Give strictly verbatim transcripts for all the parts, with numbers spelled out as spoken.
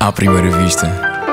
À primeira vista.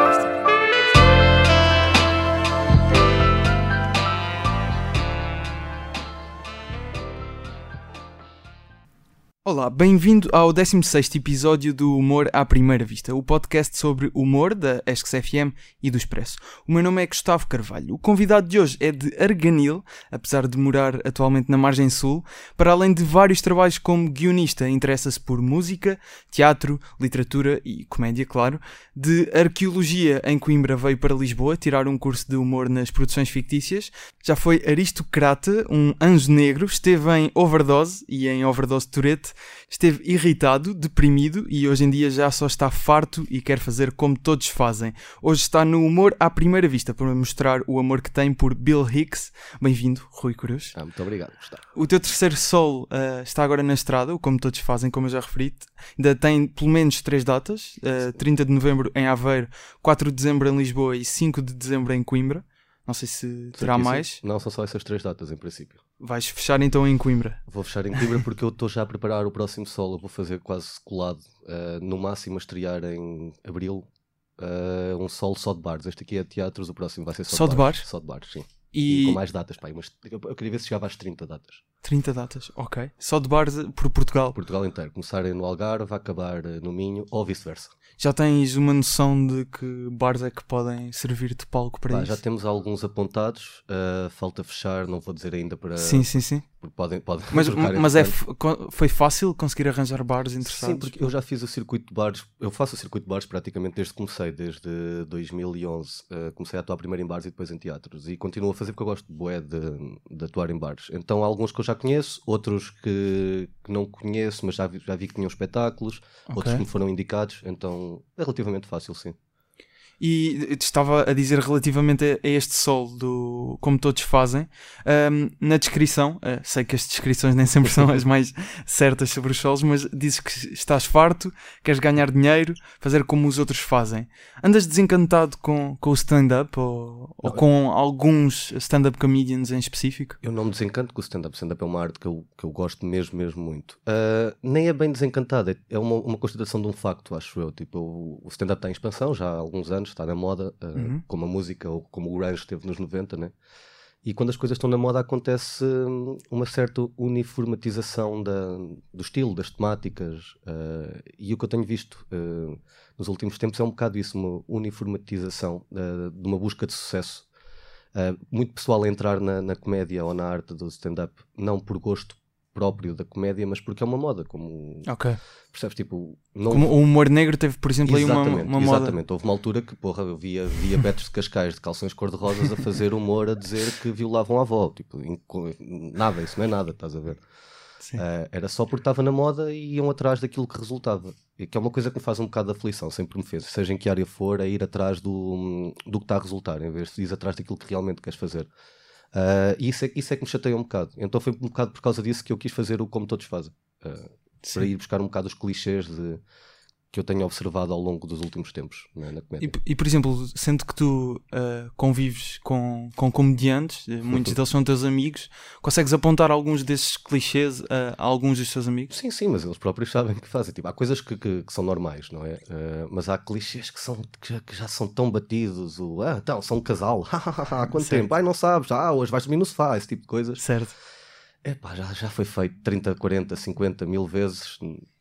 Olá, bem-vindo ao décimo sexto episódio do Humor à Primeira Vista, o podcast sobre humor da ESC F M e do Expresso. O meu nome é Gustavo Carvalho. O convidado de hoje é de Arganil, apesar de morar atualmente na margem sul. Para além de vários trabalhos como guionista, interessa-se por música, teatro, literatura e comédia, claro. De arqueologia, em Coimbra veio para Lisboa tirar um curso de humor nas produções fictícias. Já foi aristocrata, um anjo negro, esteve em Overdose e em Overdose Tourette. Esteve irritado, deprimido e hoje em dia já só está farto e quer fazer como todos fazem. Hoje está no Humor à Primeira Vista para mostrar o amor que tem por Bill Hicks. Bem-vindo, Rui Cruz. Ah, muito obrigado, Gustavo. O teu terceiro solo uh, está agora na estrada, o Como Todos Fazem, como eu já referi. Ainda tem pelo menos três datas, uh, trinta de novembro em Aveiro, quatro de dezembro em Lisboa e cinco de dezembro em Coimbra. Não sei se terá mais. Não, são só essas três datas em princípio. Vais fechar então em Coimbra? Vou fechar em Coimbra porque eu estou já a preparar o próximo solo. Vou fazer quase colado, uh, no máximo a estrear em abril, uh, um solo só de bares. Este aqui é teatros, o próximo vai ser só, só de, de bares. bares? Só de bares, sim. E... e com mais datas, pá. Mas eu, eu queria ver se chegava às trinta datas. trinta datas, ok. Só de bares por Portugal? Portugal inteiro. Começarem no Algarve, acabar no Minho ou vice-versa. Já tens uma noção de que bares é que podem servir de palco para Pá, isso? já temos alguns apontados, uh, falta fechar, não vou dizer ainda para... Sim, sim, sim. Podem, podem mas trocar mas é, foi fácil conseguir arranjar bares interessados? Sim, porque eu já fiz o circuito de bares, eu faço o circuito de bares praticamente desde que comecei, desde dois mil e onze. Uh, comecei a atuar primeiro em bares e depois em teatros. E continuo a fazer porque eu gosto bué de, de atuar em bares. Então há alguns que eu já conheço, outros que, que não conheço, mas já vi, já vi que tinham espetáculos, okay. Outros que me foram indicados. Então é relativamente fácil, sim. E te estava a dizer relativamente a este solo do Como Todos Fazem, um, na descrição, uh, sei que as descrições nem sempre são as mais certas sobre os solos, mas dizes que estás farto, queres ganhar dinheiro, fazer como os outros fazem. Andas desencantado com, com o stand-up ou, ou com alguns stand-up comedians em específico? Eu não me desencanto com o stand-up. Stand-up é uma arte que eu, que eu gosto mesmo, mesmo muito. Uh, nem é bem desencantado, é uma, uma constatação de um facto, acho eu. Tipo, o, o stand-up está em expansão já há alguns anos, está na moda, uh, uhum. como a música ou como o grunge esteve nos noventa, né? E quando as coisas estão na moda acontece um, uma certa uniformatização da, do estilo, das temáticas, uh, e o que eu tenho visto uh, nos últimos tempos é um bocado isso, uma uniformatização uh, de uma busca de sucesso. Uh, muito pessoal a entrar na, na comédia ou na arte do stand-up, não por gosto próprio da comédia, mas porque é uma moda, como okay. percebes, tipo, não... como o humor negro teve, por exemplo, exatamente, aí uma, uma moda. Exatamente, houve uma altura que, porra, eu via, via Betos de Cascais de calções cor-de-rosas a fazer humor, a dizer que violavam a avó, tipo, nada, isso não é nada, estás a ver? Uh, era só porque estava na moda e iam atrás daquilo que resultava, e que é uma coisa que me faz um bocado de aflição, sempre me fez, seja em que área for, é ir atrás do, do que está a resultar, em vez de ir atrás daquilo que realmente queres fazer. Uh, e isso é, isso é que me chateia um bocado. Então foi um bocado por causa disso que eu quis fazer o Como Todos Fazem, uh, para ir buscar um bocado os clichês de, que eu tenho observado ao longo dos últimos tempos, né, na comédia. E, e por exemplo, sendo que tu uh, convives com, com comediantes, muitos deles são teus amigos, consegues apontar alguns desses clichês a, a alguns dos teus amigos? Sim, sim, mas eles próprios sabem o que fazem. Tipo, há coisas que, que, que são normais, não é? Uh, mas há clichês que, são, que, já, que já são tão batidos. O, ah, então, são um casal. Há quanto certo. tempo? Ai, não sabes. Ah, hoje vais dormir no sofá. Esse tipo de coisas. Certo. Epá, já, já foi feito trinta, quarenta, cinquenta mil vezes.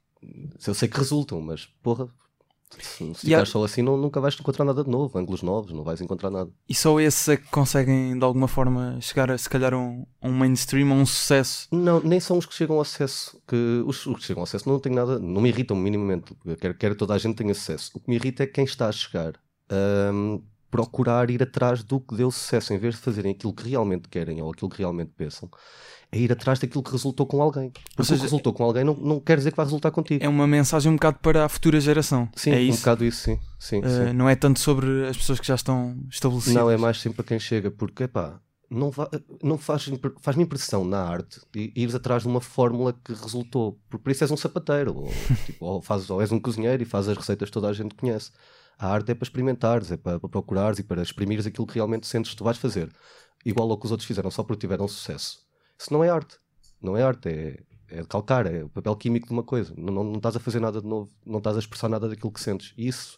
Eu sei que resultam, mas porra, se, se ficares só assim não, nunca vais encontrar nada de novo, ângulos novos, não vais encontrar nada. E só esses é que conseguem de alguma forma chegar a se calhar um, um mainstream, a um sucesso? Não, nem são os que chegam ao sucesso, que os, os que chegam ao sucesso não tenho nada, não me irritam minimamente, eu quero, quero que toda a gente tenha sucesso. O que me irrita é quem está a chegar a um, procurar ir atrás do que deu sucesso, em vez de fazerem aquilo que realmente querem ou aquilo que realmente pensam. É ir atrás daquilo que resultou com alguém. Porque seja, o que resultou com alguém não, não quer dizer que vai resultar contigo. É uma mensagem um bocado para a futura geração. Sim, é um isso? bocado isso, sim. sim, uh, sim. Não é tanto sobre as pessoas que já estão estabelecidas. Não, é mais sempre para quem chega. Porque, epá, não, va- não faz, faz-me impressão na arte ires atrás de uma fórmula que resultou. Porque por isso és um sapateiro. Ou, tipo, ou, fazes, ou és um cozinheiro e fazes as receitas que toda a gente conhece. A arte é para experimentares, é para, para procurares e para exprimires aquilo que realmente sentes que tu vais fazer. Igual ao que os outros fizeram só porque tiveram sucesso. Isso não é arte. Não é arte, é, é calcar, é o papel químico de uma coisa. Não, não, não estás a fazer nada de novo, não estás a expressar nada daquilo que sentes. E isso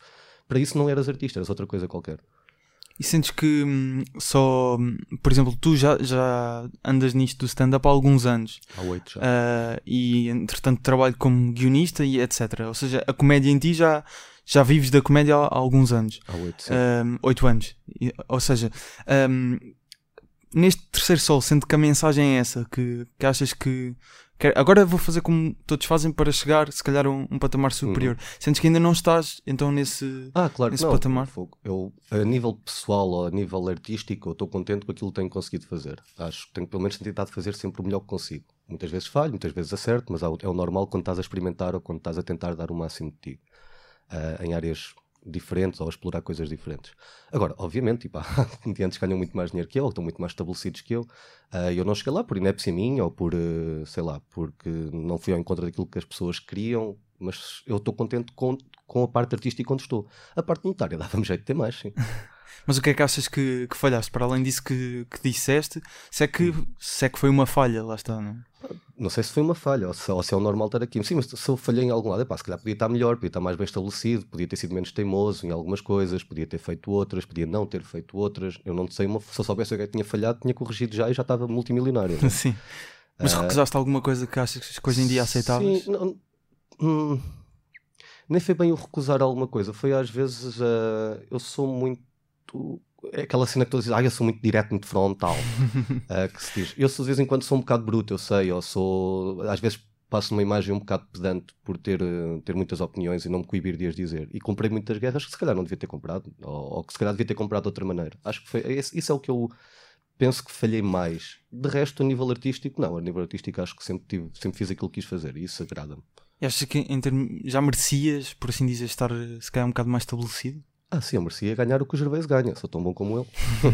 para isso não eras artista, eras outra coisa qualquer. E sentes que hum, só, por exemplo, tu já, já andas nisto do stand-up há alguns anos. Há oito já. Uh, e entretanto trabalho como guionista e etcétera. Ou seja, a comédia em ti já, já vives da comédia há, há alguns anos. Há oito, sim. Um, oito anos. E, ou seja, um, neste terceiro solo, sendo que a mensagem é essa, que, que achas que... que agora vou fazer como todos fazem para chegar, se calhar, a um, um patamar superior. Uhum. Sentes que ainda não estás, então, nesse, ah, claro nesse que não. patamar? Eu, a nível pessoal ou a nível artístico, eu estou contente com aquilo que tenho conseguido fazer. Acho que tenho pelo menos tentado fazer sempre o melhor que consigo. Muitas vezes falho, muitas vezes acerto, mas é o normal quando estás a experimentar ou quando estás a tentar dar o máximo de ti. Uh, em áreas diferentes ou a explorar coisas diferentes. Agora, obviamente, tipo, há comediantes que ganham muito mais dinheiro que eu, ou estão muito mais estabelecidos que eu. Uh, eu não cheguei lá por inépcia minha ou por, uh, sei lá, porque não fui ao encontro daquilo que as pessoas queriam, mas eu estou contente com, com a parte artística onde estou. A parte monetária dava-me jeito de ter mais, sim. Mas o que é que achas que, que falhaste? Para além disso que, que disseste, se é que, se é que foi uma falha, lá está, não é? Não sei se foi uma falha ou se, ou se é o normal estar aqui. Sim, mas se eu falhei em algum lado, epá, se calhar podia estar melhor, podia estar mais bem estabelecido, podia ter sido menos teimoso em algumas coisas, podia ter feito outras, podia não ter feito outras. Eu não sei, uma, se eu soubesse o que é que tinha falhado, tinha corrigido já e já estava multimilionário. Não? Sim. Mas uh, recusaste alguma coisa que achas que hoje em dia aceitáveis? Sim, não, hum, nem foi bem o recusar alguma coisa. Foi às vezes, uh, eu sou muito... É aquela cena que tu dizes, ah, eu sou muito direto, muito frontal. uh, que se diz. Eu, às vezes, em quando sou um bocado bruto, eu sei, ou sou, às vezes, passo uma imagem um bocado pedante por ter, uh, ter muitas opiniões e não me coibir de as dizer. E comprei muitas guerras que se calhar não devia ter comprado, ou, ou que se calhar devia ter comprado de outra maneira. Acho que foi, esse, isso é o que eu penso que falhei mais. De resto, a nível artístico, não. A nível artístico, acho que sempre, tive, sempre fiz aquilo que quis fazer, e isso agrada-me. E achas que em termos, já merecias, por assim dizer, estar, se calhar, um bocado mais estabelecido? Ah, sim, eu merecia ganhar o que o Gervais ganha. Sou tão bom como ele.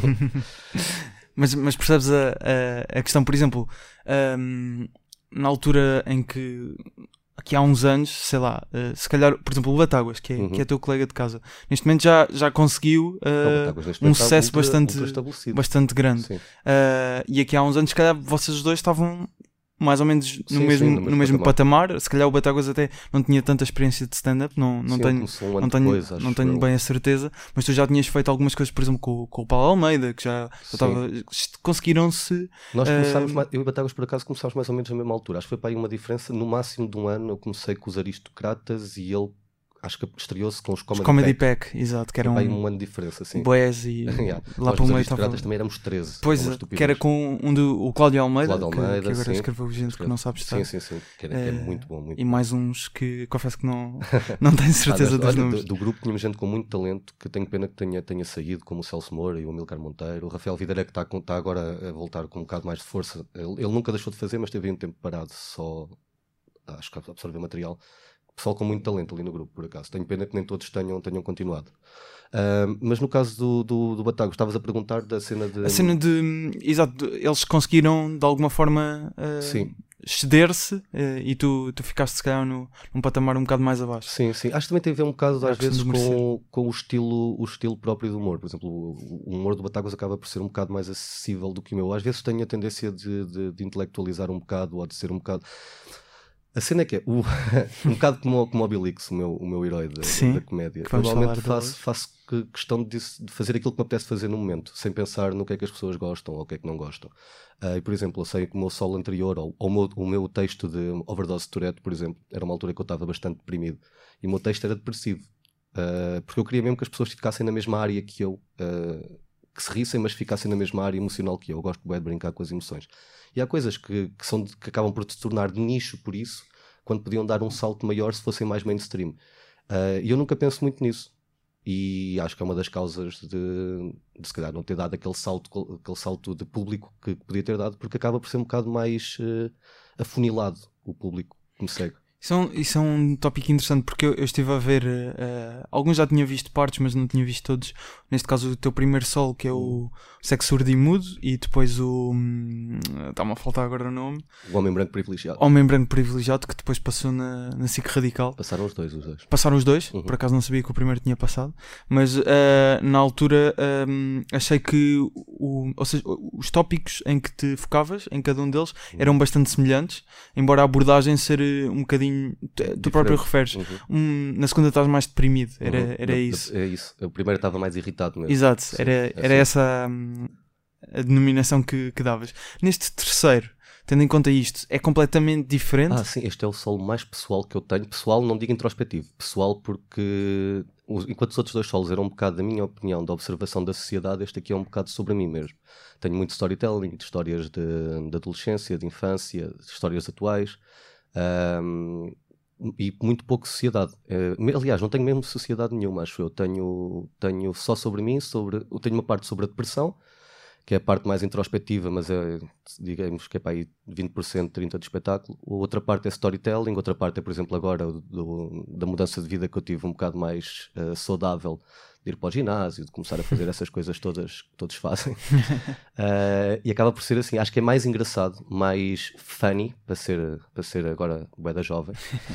mas, mas percebes a, a, a questão, por exemplo, um, na altura em que, aqui há uns anos, sei lá, uh, se calhar, por exemplo, o Batáguas, que é, uhum. que é teu colega de casa, neste momento já, já conseguiu uh, um sucesso ultra, bastante, ultra bastante grande. Uh, e aqui há uns anos, se calhar, vocês dois estavam... mais ou menos no sim, mesmo, sim, no mesmo, no mesmo patamar. patamar. Se calhar o Batáguas até não tinha tanta experiência de stand-up, não, não sim, tenho, um não tenho, depois, não tenho bem a certeza, mas tu já tinhas feito algumas coisas, por exemplo, com, com o Paulo Almeida, que já estava. Conseguiram-se. Nós começámos, uh... mais, eu e o Batáguas por acaso começámos mais ou menos na mesma altura. Acho que foi para aí uma diferença, no máximo de um ano. Eu comecei com os Aristocratas e ele. Acho que estreou-se com os Comedy, os Comedy Pack. Pack, exato, que era um, um ano de diferença, sim. Boés e yeah. lá para o meio estava... estava... também éramos treze. Pois, que era com um do o Cláudio Almeida, Cláudio Almeida que, que agora sim. escreveu gente Escreve. que não sabe estar. Sim, sim, sim, que, era, é, que é muito bom. Muito e bom. mais uns que confesso que não, não tenho certeza ah, mas, dos olha, nomes. Do, do grupo tínhamos gente com muito talento, que tenho pena que tenha, tenha saído, como o Celso Moura e o Amilcar Monteiro. O Rafael Videira, que está, está agora a voltar com um bocado mais de força. Ele, ele nunca deixou de fazer, mas teve um tempo parado, só acho que absorver material. Pessoal com muito talento ali no grupo, por acaso. Tenho pena que nem todos tenham, tenham continuado. Uh, mas no caso do, do, do Batáguas, estavas a perguntar da cena de... A cena de... Exato, eles conseguiram de alguma forma uh, ceder-se uh, e tu, tu ficaste se calhar no, num patamar um bocado mais abaixo. Sim, sim. Acho que também tem a ver um bocado às vezes com, com o, estilo, o estilo próprio do humor. Por exemplo, o, o humor do Batáguas acaba por ser um bocado mais acessível do que o meu. Às vezes tenho a tendência de, de, de intelectualizar um bocado ou de ser um bocado... A cena é que é o, um bocado como, como o Obelix, o meu, o meu herói da, Sim, da comédia. Normalmente faço, faço questão de, de fazer aquilo que me apetece fazer no momento, sem pensar no que é que as pessoas gostam ou o que é que não gostam. Uh, e, por exemplo, eu sei que o meu solo anterior, ou, ou o, meu, o meu texto de Overdose de Tourette, por exemplo, era uma altura que eu estava bastante deprimido. E o meu texto era depressivo. Uh, porque eu queria mesmo que as pessoas ficassem na mesma área que eu, uh, que se rissem, mas ficassem na mesma área emocional que eu. Eu gosto bem de brincar com as emoções. E há coisas que, que, são de, que acabam por se tornar de nicho por isso, quando podiam dar um salto maior se fossem mais mainstream. Uh, e eu nunca penso muito nisso. E acho que é uma das causas de, de se calhar, não ter dado aquele salto, aquele salto de público que podia ter dado, porque acaba por ser um bocado mais uh, afunilado o público que me segue. Isso é um, isso é um tópico interessante, porque eu, eu estive a ver uh, alguns já tinha visto partes, mas não tinha visto todos. Neste caso o teu primeiro solo, que é o Sexo Surdo e Mudo, e depois o hum, está-me a faltar agora o nome, o Homem Branco Privilegiado Homem Branco Privilegiado, que depois passou na, na S I C Radical. Passaram os dois, os dois Passaram os dois, uhum. Por acaso não sabia que o primeiro tinha passado, mas uh, na altura um, achei que o, ou seja, os tópicos em que te focavas, em cada um deles, eram bastante semelhantes, embora a abordagem ser um bocadinho, tu, tu próprio referes, uhum. um, na segunda estás mais deprimido, era, uhum. era da, isso. Da, é isso, o primeiro estava mais irritado mesmo. Exato, sim, era, é era assim. essa hum, a denominação que, que davas. Neste terceiro, tendo em conta isto, é completamente diferente? Ah, sim, este é o solo mais pessoal que eu tenho. Pessoal, não digo introspectivo. Pessoal porque, enquanto os outros dois solos eram um bocado da minha opinião, da observação da sociedade, este aqui é um bocado sobre mim mesmo. Tenho muito storytelling, de histórias de, de adolescência, de infância, de histórias atuais, um, e muito pouco sociedade. Uh, aliás, não tenho mesmo sociedade nenhuma, acho eu. Tenho, tenho só sobre mim, sobre, eu tenho uma parte sobre a depressão, que é a parte mais introspectiva, mas é, digamos que é para aí vinte por cento, trinta por cento de espetáculo. Outra parte é storytelling, outra parte é, por exemplo, agora do, da mudança de vida que eu tive um bocado mais uh, saudável, de ir para o ginásio, de começar a fazer essas coisas todas que todos fazem. uh, e acaba por ser assim, acho que é mais engraçado, mais funny, para ser, para ser agora bué da jovem,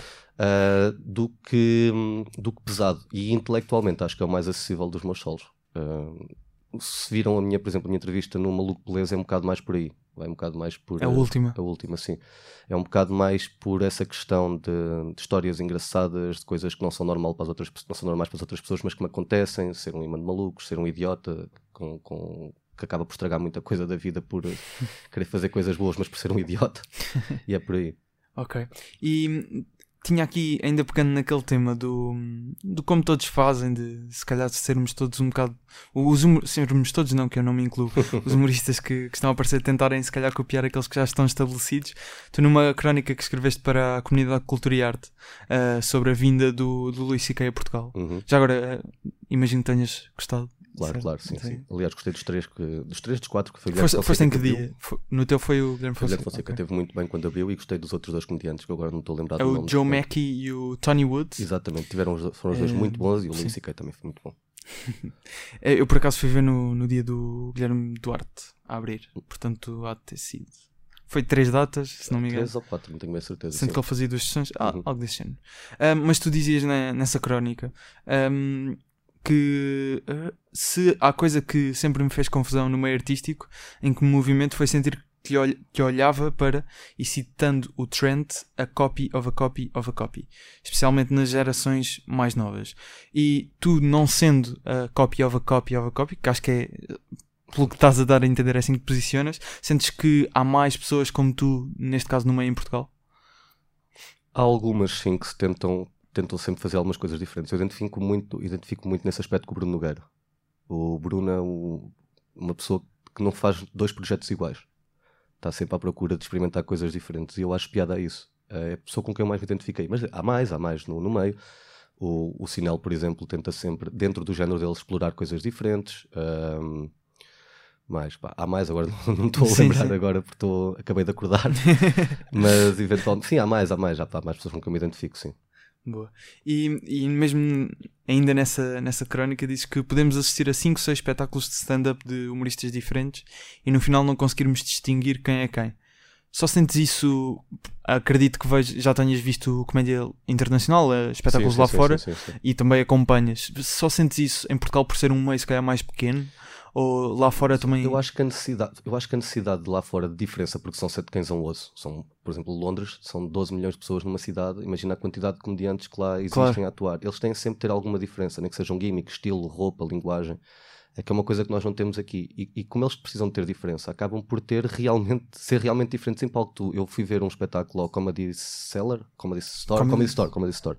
uh, do, que, do que pesado. E intelectualmente acho que é o mais acessível dos meus solos. Uh, Se viram a minha, por exemplo, a minha entrevista no Maluco Beleza, é um bocado mais por aí. Vai um bocado mais por... A última. A última, sim. É um bocado mais por essa questão de, de histórias engraçadas, de coisas que não são, normal para as outras, não são normais para as outras pessoas, mas que me acontecem. Ser um imã de malucos, ser um idiota, com, com, que acaba por estragar muita coisa da vida por querer fazer coisas boas, mas por ser um idiota. E é por aí. Ok. E... tinha aqui, ainda pegando naquele tema do, do como todos fazem, de se calhar sermos todos um bocado, os humor, sermos todos não, que eu não me incluo, os humoristas que, que estão a aparecer tentarem se calhar copiar aqueles que já estão estabelecidos. Tu numa crónica que escreveste para a comunidade de cultura e arte uh, sobre a vinda do, do Luís C K a Portugal. Uhum. Já agora, uh, imagino que tenhas gostado. Claro, certo? Claro, sim, sim, sim. Aliás, gostei dos três, que, dos três, dos quatro que foi o Guilherme Fonseca. Foste em que dia? Foi, no teu foi o Guilherme Fonseca. O Guilherme Fonseca okay. Teve muito bem quando abriu, e gostei dos outros dois comediantes, que agora não estou a lembrar é do nome. É o Joe Mackey e o Tony Woods. Exatamente, tiveram, foram os dois é, muito bons, e o Luís C K também foi muito bom. Eu por acaso fui ver no, no dia do Guilherme Duarte a abrir, portanto há de ter sido. Foi três datas, se não me engano. Três ou quatro, não tenho bem certeza. Sendo sim. que ele fazia duas sessões, ah, uhum. algo desse género. Um, mas tu dizias na, nessa crónica um, que uh, se há coisa que sempre me fez confusão no meio artístico, em que o movimento foi sentir que, olh que olhava para, e citando o Trent, a copy of a copy of a copy, especialmente nas gerações mais novas. E tu, não sendo a copy of a copy of a copy, que acho que é, pelo que estás a dar a entender, é assim que te posicionas, sentes que há mais pessoas como tu, neste caso no meio em Portugal? Há algumas sim que se tentam tentam sempre fazer algumas coisas diferentes. Eu identifico muito, identifico muito nesse aspecto com o Bruno Nogueira. O Bruno é um, uma pessoa que não faz dois projetos iguais. Está sempre à procura de experimentar coisas diferentes, e eu acho piada a isso. É a pessoa com quem eu mais me identifiquei. Mas há mais, há mais no, no meio. O, o Sinel, por exemplo, tenta sempre, dentro do género dele, explorar coisas diferentes. Um, mais, pá, há mais, agora não, não estou a sim, lembrar sim. agora porque estou, acabei de acordar. Mas eventualmente, sim, há mais, há mais. Já há mais pessoas com quem eu me identifico, sim. Boa. E, e mesmo ainda nessa, nessa crónica dizes que podemos assistir a cinco, seis espetáculos de stand-up de humoristas diferentes e no final não conseguirmos distinguir quem é quem. Só sentes isso, acredito que vejo, já tenhas visto comédia internacional, espetáculos sim, sim, lá sim, fora, sim, sim, sim. E também acompanhas. Só sentes isso em Portugal por ser um meio se calhar mais pequeno? Ou lá fora também... Eu acho que a necessidade, eu acho que a necessidade de lá fora de diferença, porque são sete cães a um osso. São, por exemplo, Londres, são doze milhões de pessoas numa cidade. Imagina a quantidade de comediantes que lá existem claro. A atuar. Eles têm sempre ter alguma diferença, nem que sejam gimmick, estilo, roupa, linguagem. É que é uma coisa que nós não temos aqui. E, e como eles precisam de ter diferença, acabam por ter realmente, ser realmente diferentes em palco. Eu fui ver um espetáculo ao Comedy Cellar, Comedy Store, Comedy, Comedy Store, Comedy Store.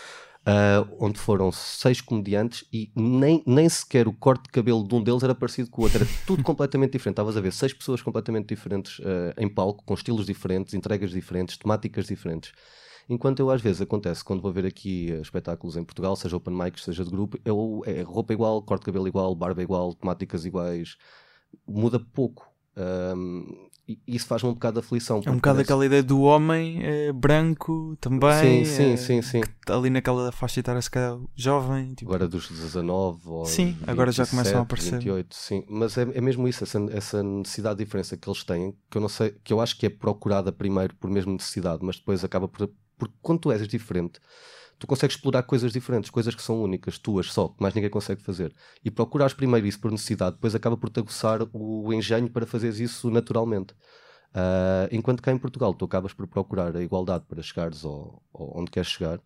Uh, onde foram seis comediantes e nem, nem sequer o corte de cabelo de um deles era parecido com o outro, era tudo completamente diferente. Estavas a ver seis pessoas completamente diferentes uh, em palco, com estilos diferentes, entregas diferentes, temáticas diferentes. Enquanto eu às vezes acontece quando vou ver aqui uh, espetáculos em Portugal, seja open mics, seja de grupo, eu, é roupa igual, corte de cabelo igual, barba igual, temáticas iguais, muda pouco. Um, e isso faz-me um bocado de aflição. É um bocado parece... aquela ideia do homem é, branco também, sim, sim, é, sim, sim. ali naquela faixa etária se calhar jovem. Tipo... Agora dos dezanove ou sim, vinte, agora já começam a aparecer. vinte e oito, sim. Mas é, é mesmo isso, essa, essa necessidade de diferença que eles têm, que eu não sei, que eu acho que é procurada primeiro por mesmo necessidade, mas depois acaba por, por quando tu és diferente, tu consegues explorar coisas diferentes, coisas que são únicas, tuas só, que mais ninguém consegue fazer. E procurares primeiro isso por necessidade, depois acaba por te aguçar o engenho para fazeres isso naturalmente. Uh, enquanto cá em Portugal tu acabas por procurar a igualdade para chegares ao, ao onde queres chegar,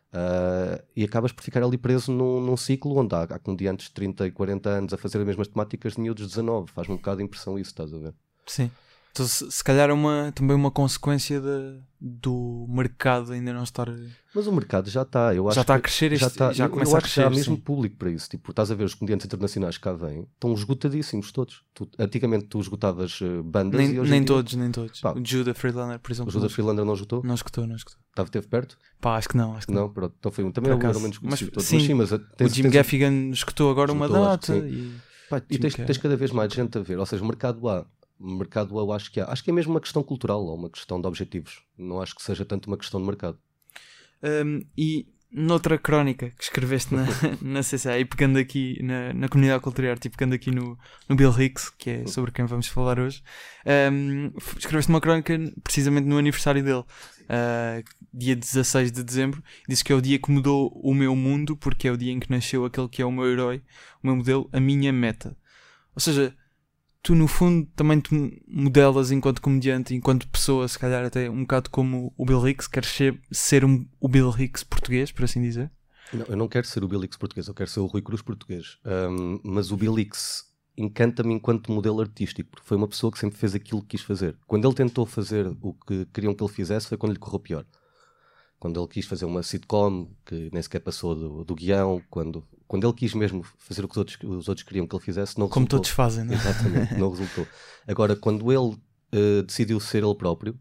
uh, e acabas por ficar ali preso num, num ciclo onde há, há comediantes de trinta e quarenta anos a fazer as mesmas temáticas de miúdos de dezanove. Faz-me um bocado de impressão isso, estás a ver? Sim. Então, se, se calhar é uma, também uma consequência de, do mercado ainda não estar... Mas o mercado já está. Eu acho já está a que crescer, já, este, está, já eu, começa eu a acho crescer. que já há mesmo sim. público para isso. Tipo, estás a ver os comediantes internacionais que cá vêm, estão esgotadíssimos todos. Tu, antigamente tu esgotavas uh, bandas Nem, e hoje nem em dia... todos, nem todos. Pá, o Judah Friedlander, por exemplo. O Judah Friedlander não esgotou? Não escutou, não escutou. Estava, teve perto? Pá, acho que não, acho que não. Não, pronto. Então foi um. Também Por é o acaso. menos conhecido. Mas, Mas, sim, sim, mas tens, o Jim tens, Gaffigan escutou agora uma esgotou, data acho que e... Pá, e tens, tens cada vez mais gente a ver. Ou seja, o mercado há. O mercado eu acho que há. Acho que é mesmo uma questão cultural ou uma questão de objetivos. Não acho que seja tanto uma questão de mercado. Um, e noutra crónica que escreveste na, na C C A, e pegando aqui na, na comunidade cultural e pegando aqui no, no Bill Hicks, que é sobre quem vamos falar hoje, um, escreveste uma crónica precisamente no aniversário dele, uh, dia dezasseis de dezembro. Disse que é o dia que mudou o meu mundo, porque é o dia em que nasceu aquele que é o meu herói, o meu modelo, a minha meta. Ou seja, tu no fundo também te modelas enquanto comediante, enquanto pessoa, se calhar até um bocado como o Bill Hicks. Queres ser, ser um, o Bill Hicks português, por assim dizer? Não, eu não quero ser o Bill Hicks português, eu quero ser o Rui Cruz português. Um, mas o Bill Hicks encanta-me enquanto modelo artístico, porque foi uma pessoa que sempre fez aquilo que quis fazer. Quando ele tentou fazer o que queriam que ele fizesse, foi quando lhe correu pior. Quando ele quis fazer uma sitcom que nem sequer passou do, do guião, quando, quando ele quis mesmo fazer o que os outros, os outros queriam que ele fizesse, não Como resultou. todos fazem, não é? Exatamente, não resultou. Agora, quando ele uh, decidiu ser ele próprio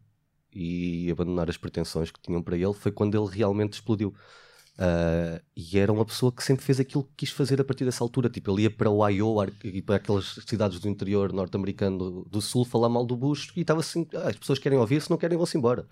e abandonar as pretensões que tinham para ele, foi quando ele realmente explodiu. Uh, e era uma pessoa que sempre fez aquilo que quis fazer a partir dessa altura. Tipo, ele ia para o Iowa e para aquelas cidades do interior norte-americano do, do sul falar mal do Bush e estava assim, ah, as pessoas querem ouvir, se não querem vão-se embora.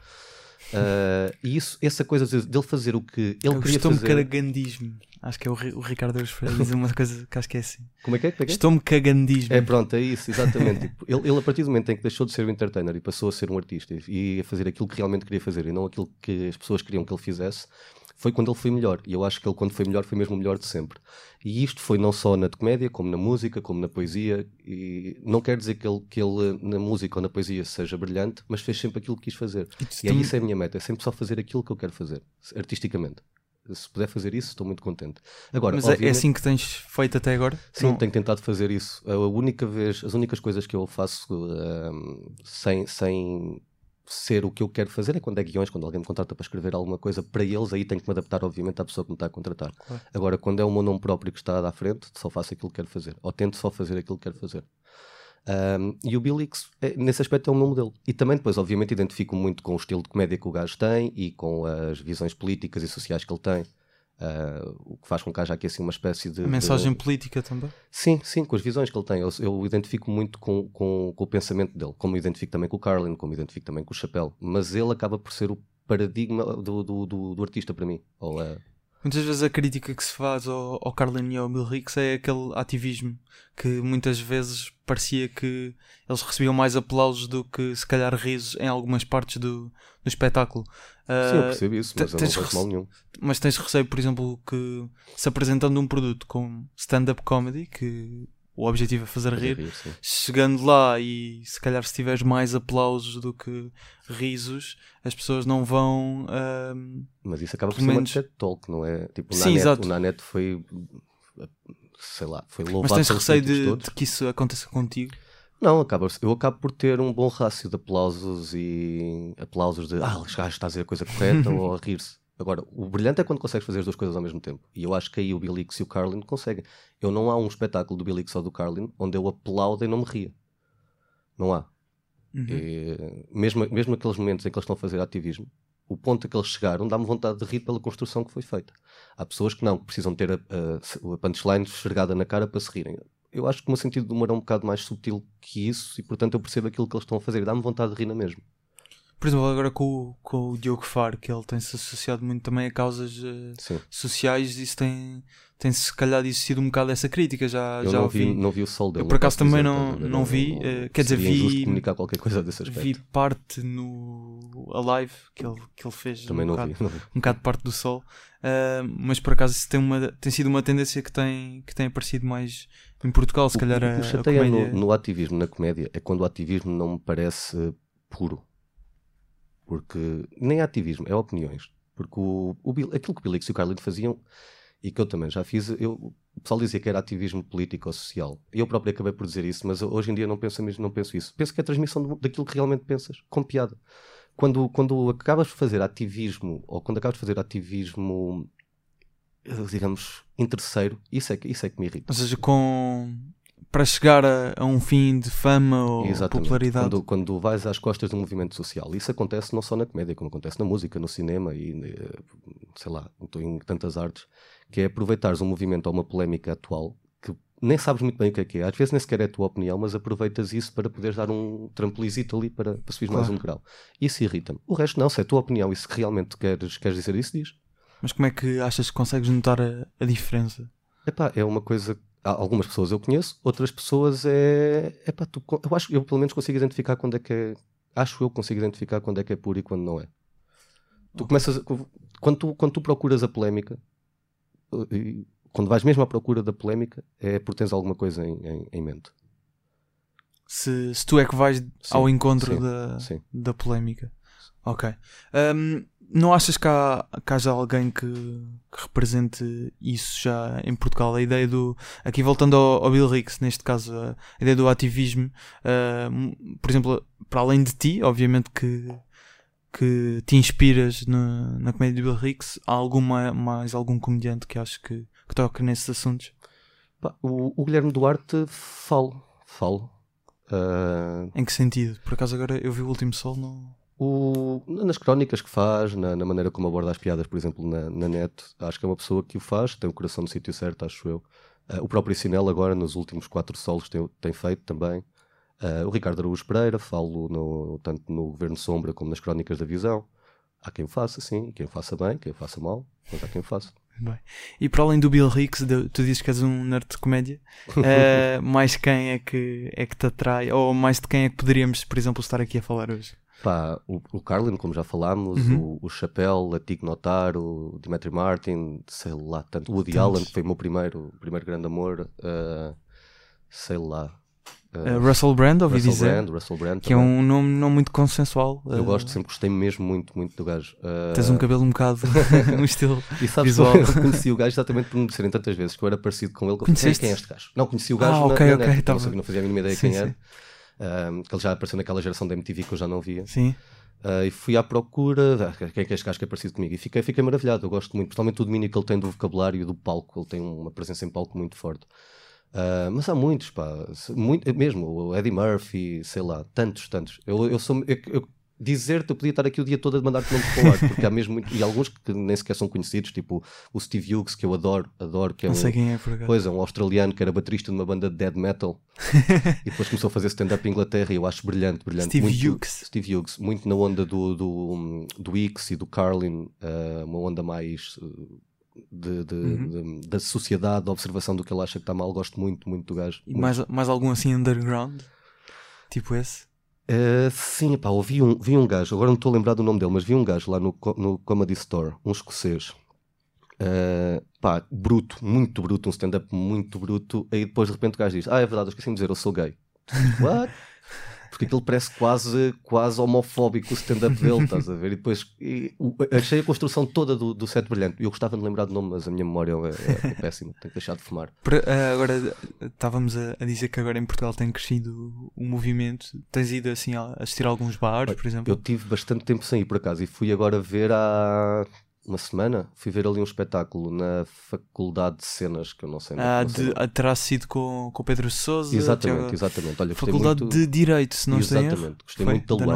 Uh, e isso, essa coisa de, dele fazer o que ele Eu queria estou-me fazer. cagandismo. Acho que é o, o Ricardo Eus Freire diz uma coisa que acho que é assim. Como é que é? Como é, que é? Estou-me cagandismo. É, pronto, é isso, exatamente. Tipo, ele, ele a partir do momento em que deixou de ser um entertainer e passou a ser um artista e a fazer aquilo que realmente queria fazer e não aquilo que as pessoas queriam que ele fizesse, foi quando ele foi melhor. E eu acho que ele, quando foi melhor, foi mesmo o melhor de sempre. E isto foi não só na comédia, como na música, como na poesia. E não quer dizer que ele, que ele na música ou na poesia seja brilhante, mas fez sempre aquilo que quis fazer. E, e é isso é a minha meta, é sempre só fazer aquilo que eu quero fazer, artisticamente. Se puder fazer isso, estou muito contente. Agora, Mas é assim que tens feito até agora? Sim, não... tenho tentado fazer isso. A única vez, as únicas coisas que eu faço um, sem, sem ser o que eu quero fazer é quando é guiões, quando alguém me contrata para escrever alguma coisa para eles, aí tenho que me adaptar, obviamente, à pessoa que me está a contratar. Claro. Agora, quando é o meu nome próprio que está à frente, só faço aquilo que quero fazer. Ou tento só fazer aquilo que quero fazer. Um, e o Bill Hicks, é, nesse aspecto, é o meu modelo. E também depois, obviamente, identifico muito com o estilo de comédia que o gajo tem e com as visões políticas e sociais que ele tem. Uh, o que faz com que haja aqui assim uma espécie de... A mensagem de... política também? Sim, sim, com as visões que ele tem. Eu, eu identifico muito com, com, com o pensamento dele, como identifico também com o Carlin, como identifico também com o Chappelle. Mas ele acaba por ser o paradigma do, do, do, do artista para mim. Ou, uh... Muitas vezes a crítica que se faz ao, ao Carlin e ao Bill Hicks é aquele ativismo que muitas vezes parecia que eles recebiam mais aplausos do que se calhar risos em algumas partes do, do espetáculo. Uh, Sim, eu percebo isso, mas eu não vejo mal nenhum. Mas tens receio, por exemplo, que se apresentando um produto com stand-up comedy, que o objetivo é fazer rir, rir chegando lá e se calhar se tiveres mais aplausos do que risos, as pessoas não vão... Uh, mas isso acaba por ser menos... uma TED Talk, não é? Tipo, o Sim, Nanette, exato. O Nanette foi... sei lá, foi louvado. Mas tens receio de, de que isso aconteça contigo? Não, acaba, eu acabo por ter um bom rácio de aplausos e aplausos de ah, o gajo está a dizer a coisa correta ou a rir-se. Agora, o brilhante é quando consegues fazer as duas coisas ao mesmo tempo. E eu acho que aí o Bill Hicks e o Carlin conseguem. Eu não há um espetáculo do Bill Hicks ou do Carlin onde eu aplaudo e não me ria. Não há. Uhum. E, mesmo, mesmo aqueles momentos em que eles estão a fazer ativismo, o ponto a que eles chegaram dá-me vontade de rir pela construção que foi feita. Há pessoas que não, que precisam ter a, a, a punchline esfregada na cara para se rirem. Eu acho que o meu sentido de humor é um bocado mais subtil que isso e, portanto, eu percebo aquilo que eles estão a fazer. Dá-me vontade de rir na mesma. Por exemplo, agora com, o- com o Diogo Faro, que ele tem-se associado muito também a causas uh, sociais, isso tem, tem se calhar existido um bocado essa crítica, já, eu já não ouvi. vi, não vi o sol dele. Eu por acaso também dizer, não, não, não vi, uh, quer dizer, vi, comunicar qualquer coisa desse aspecto. vi parte no a live que ele, que ele fez, também um, não bocado, vi, não vi. um bocado de parte do sol, uh, mas por acaso isso tem, uma, tem sido uma tendência que tem, que tem aparecido mais em Portugal, se o, calhar o, a, o a chateia comédia... no, no ativismo, na comédia, é quando o ativismo não me parece puro. Porque nem é ativismo, é opiniões. Porque o, o, aquilo que o Bilix e o Carlin faziam, e que eu também já fiz, eu, o pessoal dizia que era ativismo político ou social. Eu próprio acabei por dizer isso, mas hoje em dia não penso, mesmo, não penso isso. Penso que é a transmissão de, daquilo que realmente pensas, com piada. Quando, quando acabas de fazer ativismo, ou quando acabas de fazer ativismo, digamos, interesseiro, isso é que, isso é que me irrita. Ou seja, com... para chegar a, a um fim de fama ou Exatamente. popularidade. Quando, quando vais às costas de um movimento social. Isso acontece não só na comédia, como acontece na música, no cinema e, sei lá, em tantas artes, que é aproveitares um movimento ou uma polémica atual que nem sabes muito bem o que é que é. Às vezes nem sequer é a tua opinião, mas aproveitas isso para poderes dar um trampolizito ali para, para subir claro. mais um grau. Isso irrita-me. O resto não, se é a tua opinião e se realmente queres, queres dizer isso, diz. Mas como é que achas que consegues notar a, a diferença? Epá, é uma coisa... Algumas pessoas eu conheço, outras pessoas é... Epá, tu, eu acho eu pelo menos consigo identificar quando é que é... Acho eu que consigo identificar quando é que é puro e quando não é. Tu okay. começas... A, quando, tu, quando tu procuras a polémica, quando vais mesmo à procura da polémica, é porque tens alguma coisa em, em, em mente. Se, se tu é que vais sim, ao encontro sim, da, sim. da polémica. Ok. Um, não achas que, há, que haja alguém que, que represente isso já em Portugal? A ideia do... Aqui voltando ao, ao Bill Hicks, neste caso, a, a ideia do ativismo, uh, por exemplo, para além de ti, obviamente que, que te inspiras no, na comédia do Bill Hicks, há alguma, mais algum comediante que acho que, que toca nesses assuntos? Pá, o, o Guilherme Duarte falo, falo. Uh... Em que sentido? Por acaso agora eu vi o Último Sol no... O, nas crónicas que faz, na, na maneira como aborda as piadas, por exemplo, na, na net, acho que é uma pessoa que o faz, tem o coração no sítio certo, acho eu. Uh, o próprio Sinel agora, nos últimos quatro solos, tem, tem feito também. Uh, o Ricardo Araújo Pereira, falo no, tanto no Governo Sombra como nas crónicas da Visão. Há quem o faça, sim, quem o faça bem, quem o faça mal, mas há quem o faça. Bem. E para além do Bill Hicks, tu dizes que és um nerd de comédia, uh, mais quem é que, é que te atrai, ou mais de quem é que poderíamos, por exemplo, estar aqui a falar hoje? Pá, o, o Carlin, como já falámos, uhum. o, o Chappelle, a Tig Notaro, o Dimitri Martin, sei lá, tanto o Woody Tantos. Allen, que foi o meu primeiro, primeiro grande amor, uh, sei lá. Uh, Russell Brand, ouvi Russell dizer, Brand, Russell Brand, que também. É um nome não muito consensual. Eu uh, gosto, sempre gostei mesmo muito, muito do gajo. Uh... Tens um cabelo um bocado, um estilo e sabes, visual. Eu conheci o gajo exatamente por me disserem tantas vezes que eu era parecido com ele. Que eu falei, quem é este gajo? Não, conheci o gajo ah, na, okay, na okay, net, tá não, sabia, não fazia a mínima ideia sim, quem sim. era. Uh, que ele já apareceu naquela geração da M T V que eu já não via. Sim. Uh, e fui à procura, ah, quem é que este gajo que é parecido comigo? E fiquei, fiquei maravilhado, eu gosto muito, principalmente do domínio que ele tem do vocabulário e do palco, ele tem uma presença em palco muito forte. Uh, mas há muitos, pá, muito, mesmo, o Eddie Murphy, sei lá, tantos, tantos. Eu, eu sou, eu, eu, dizer-te, eu podia estar aqui o dia todo a mandar-te nomes para o ar, porque há mesmo muito, e alguns que nem sequer são conhecidos, tipo o Steve Hughes, que eu adoro, adoro, que é não um, sei quem é, por acaso. Pois é, um australiano que era baterista de uma banda de death metal e depois começou a fazer stand-up em Inglaterra e eu acho brilhante, brilhante. Steve muito, Hughes. Steve Hughes, muito na onda do, do, do Hicks e do Carlin, uh, uma onda mais... Uh, De, de, uhum. de, da sociedade, da observação do que ele acha que está mal. Gosto muito, muito do gajo. E mais, mais algum assim underground? Tipo esse? Uh, sim, pá, ouvi um, vi um gajo, agora não estou a lembrar do nome dele, mas vi um gajo lá no, no Comedy Store, um escocês. Uh, pá, bruto, muito bruto, um stand-up muito bruto. Aí depois de repente o gajo diz: ah, é verdade, eu esqueci de dizer, eu sou gay. What? Porque aquilo parece quase, quase homofóbico o stand-up dele, estás a ver? E depois e, o, achei a construção toda do, do set brilhante. Eu gostava de lembrar de nome, mas a minha memória é, é, é péssima, tenho que deixar de fumar. Para, uh, agora, estávamos a, a dizer que agora em Portugal tem crescido o movimento. Tens ido assim a assistir a alguns bares, por exemplo? Eu tive bastante tempo sem ir por acaso e fui agora ver há uma semana, fui ver ali um espetáculo na Faculdade de Cenas, que eu não sei. Ah, não sei de, terá sido com o Pedro Sousa. Exatamente, exatamente. Olha, Faculdade muito... de Direito, se não estou em erro. Exatamente, gostei muito da Luana.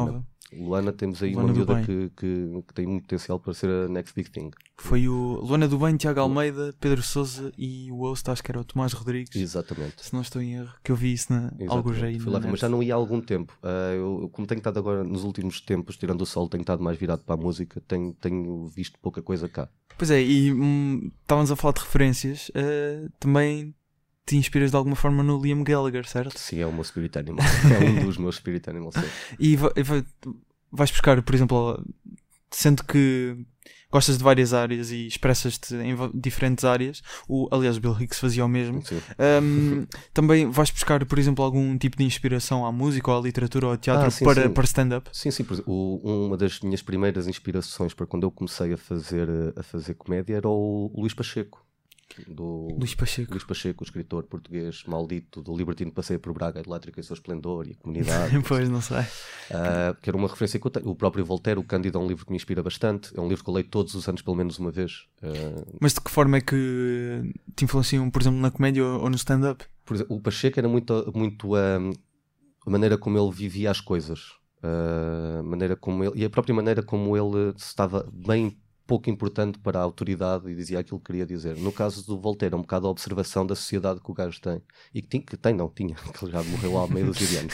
Luana, temos aí Luana uma do miúda Bem. que, que, que tem muito potencial para ser a next big thing. Foi o Luana do Bem, Tiago Almeida, Pedro Sousa e o host, acho que era o Tomás Rodrigues. Exatamente. Se não estou em erro, que eu vi isso na algo já aí. Fui lá, mas já não ia há algum tempo. Uh, eu, como tenho estado agora nos últimos tempos, tirando o sol, tenho estado mais virado para a música, tenho, tenho visto pouca coisa cá. Pois é, e hum, estávamos a falar de referências, uh, também te inspiras de alguma forma no Liam Gallagher, certo? Sim, é o meu spirit animal. É um dos meus spirit animals. E vai, vai, vais buscar, por exemplo, sendo que gostas de várias áreas e expressas-te em diferentes áreas, o, aliás o Bill Hicks fazia o mesmo, um, também vais buscar, por exemplo, algum tipo de inspiração à música ou à literatura ou ao teatro ah, sim, para, sim. para stand-up? Sim, sim. O, uma das minhas primeiras inspirações para quando eu comecei a fazer, a fazer comédia era o Luís Pacheco. Do Luís Pacheco. Luís Pacheco, o escritor português maldito do Libertino Passeio por Braga, Elétrica e seu esplendor e a comunidade. Pois, não sei. Uh, que era uma referência que eu tenho. O próprio Voltaire, o Cândido, é um livro que me inspira bastante. É um livro que eu leio todos os anos, pelo menos uma vez. Uh... Mas de que forma é que te influenciam, por exemplo, na comédia ou no stand-up? Por exemplo, o Pacheco era muito, muito uh, a maneira como ele vivia as coisas. Uh, a maneira como ele, e a própria maneira como ele estava bem pouco importante para a autoridade e dizia aquilo que queria dizer. No caso do Voltaire, é um bocado a observação da sociedade que o gajo tem. E que, tinha, que tem, não, tinha, que ele já morreu há meio dos anos.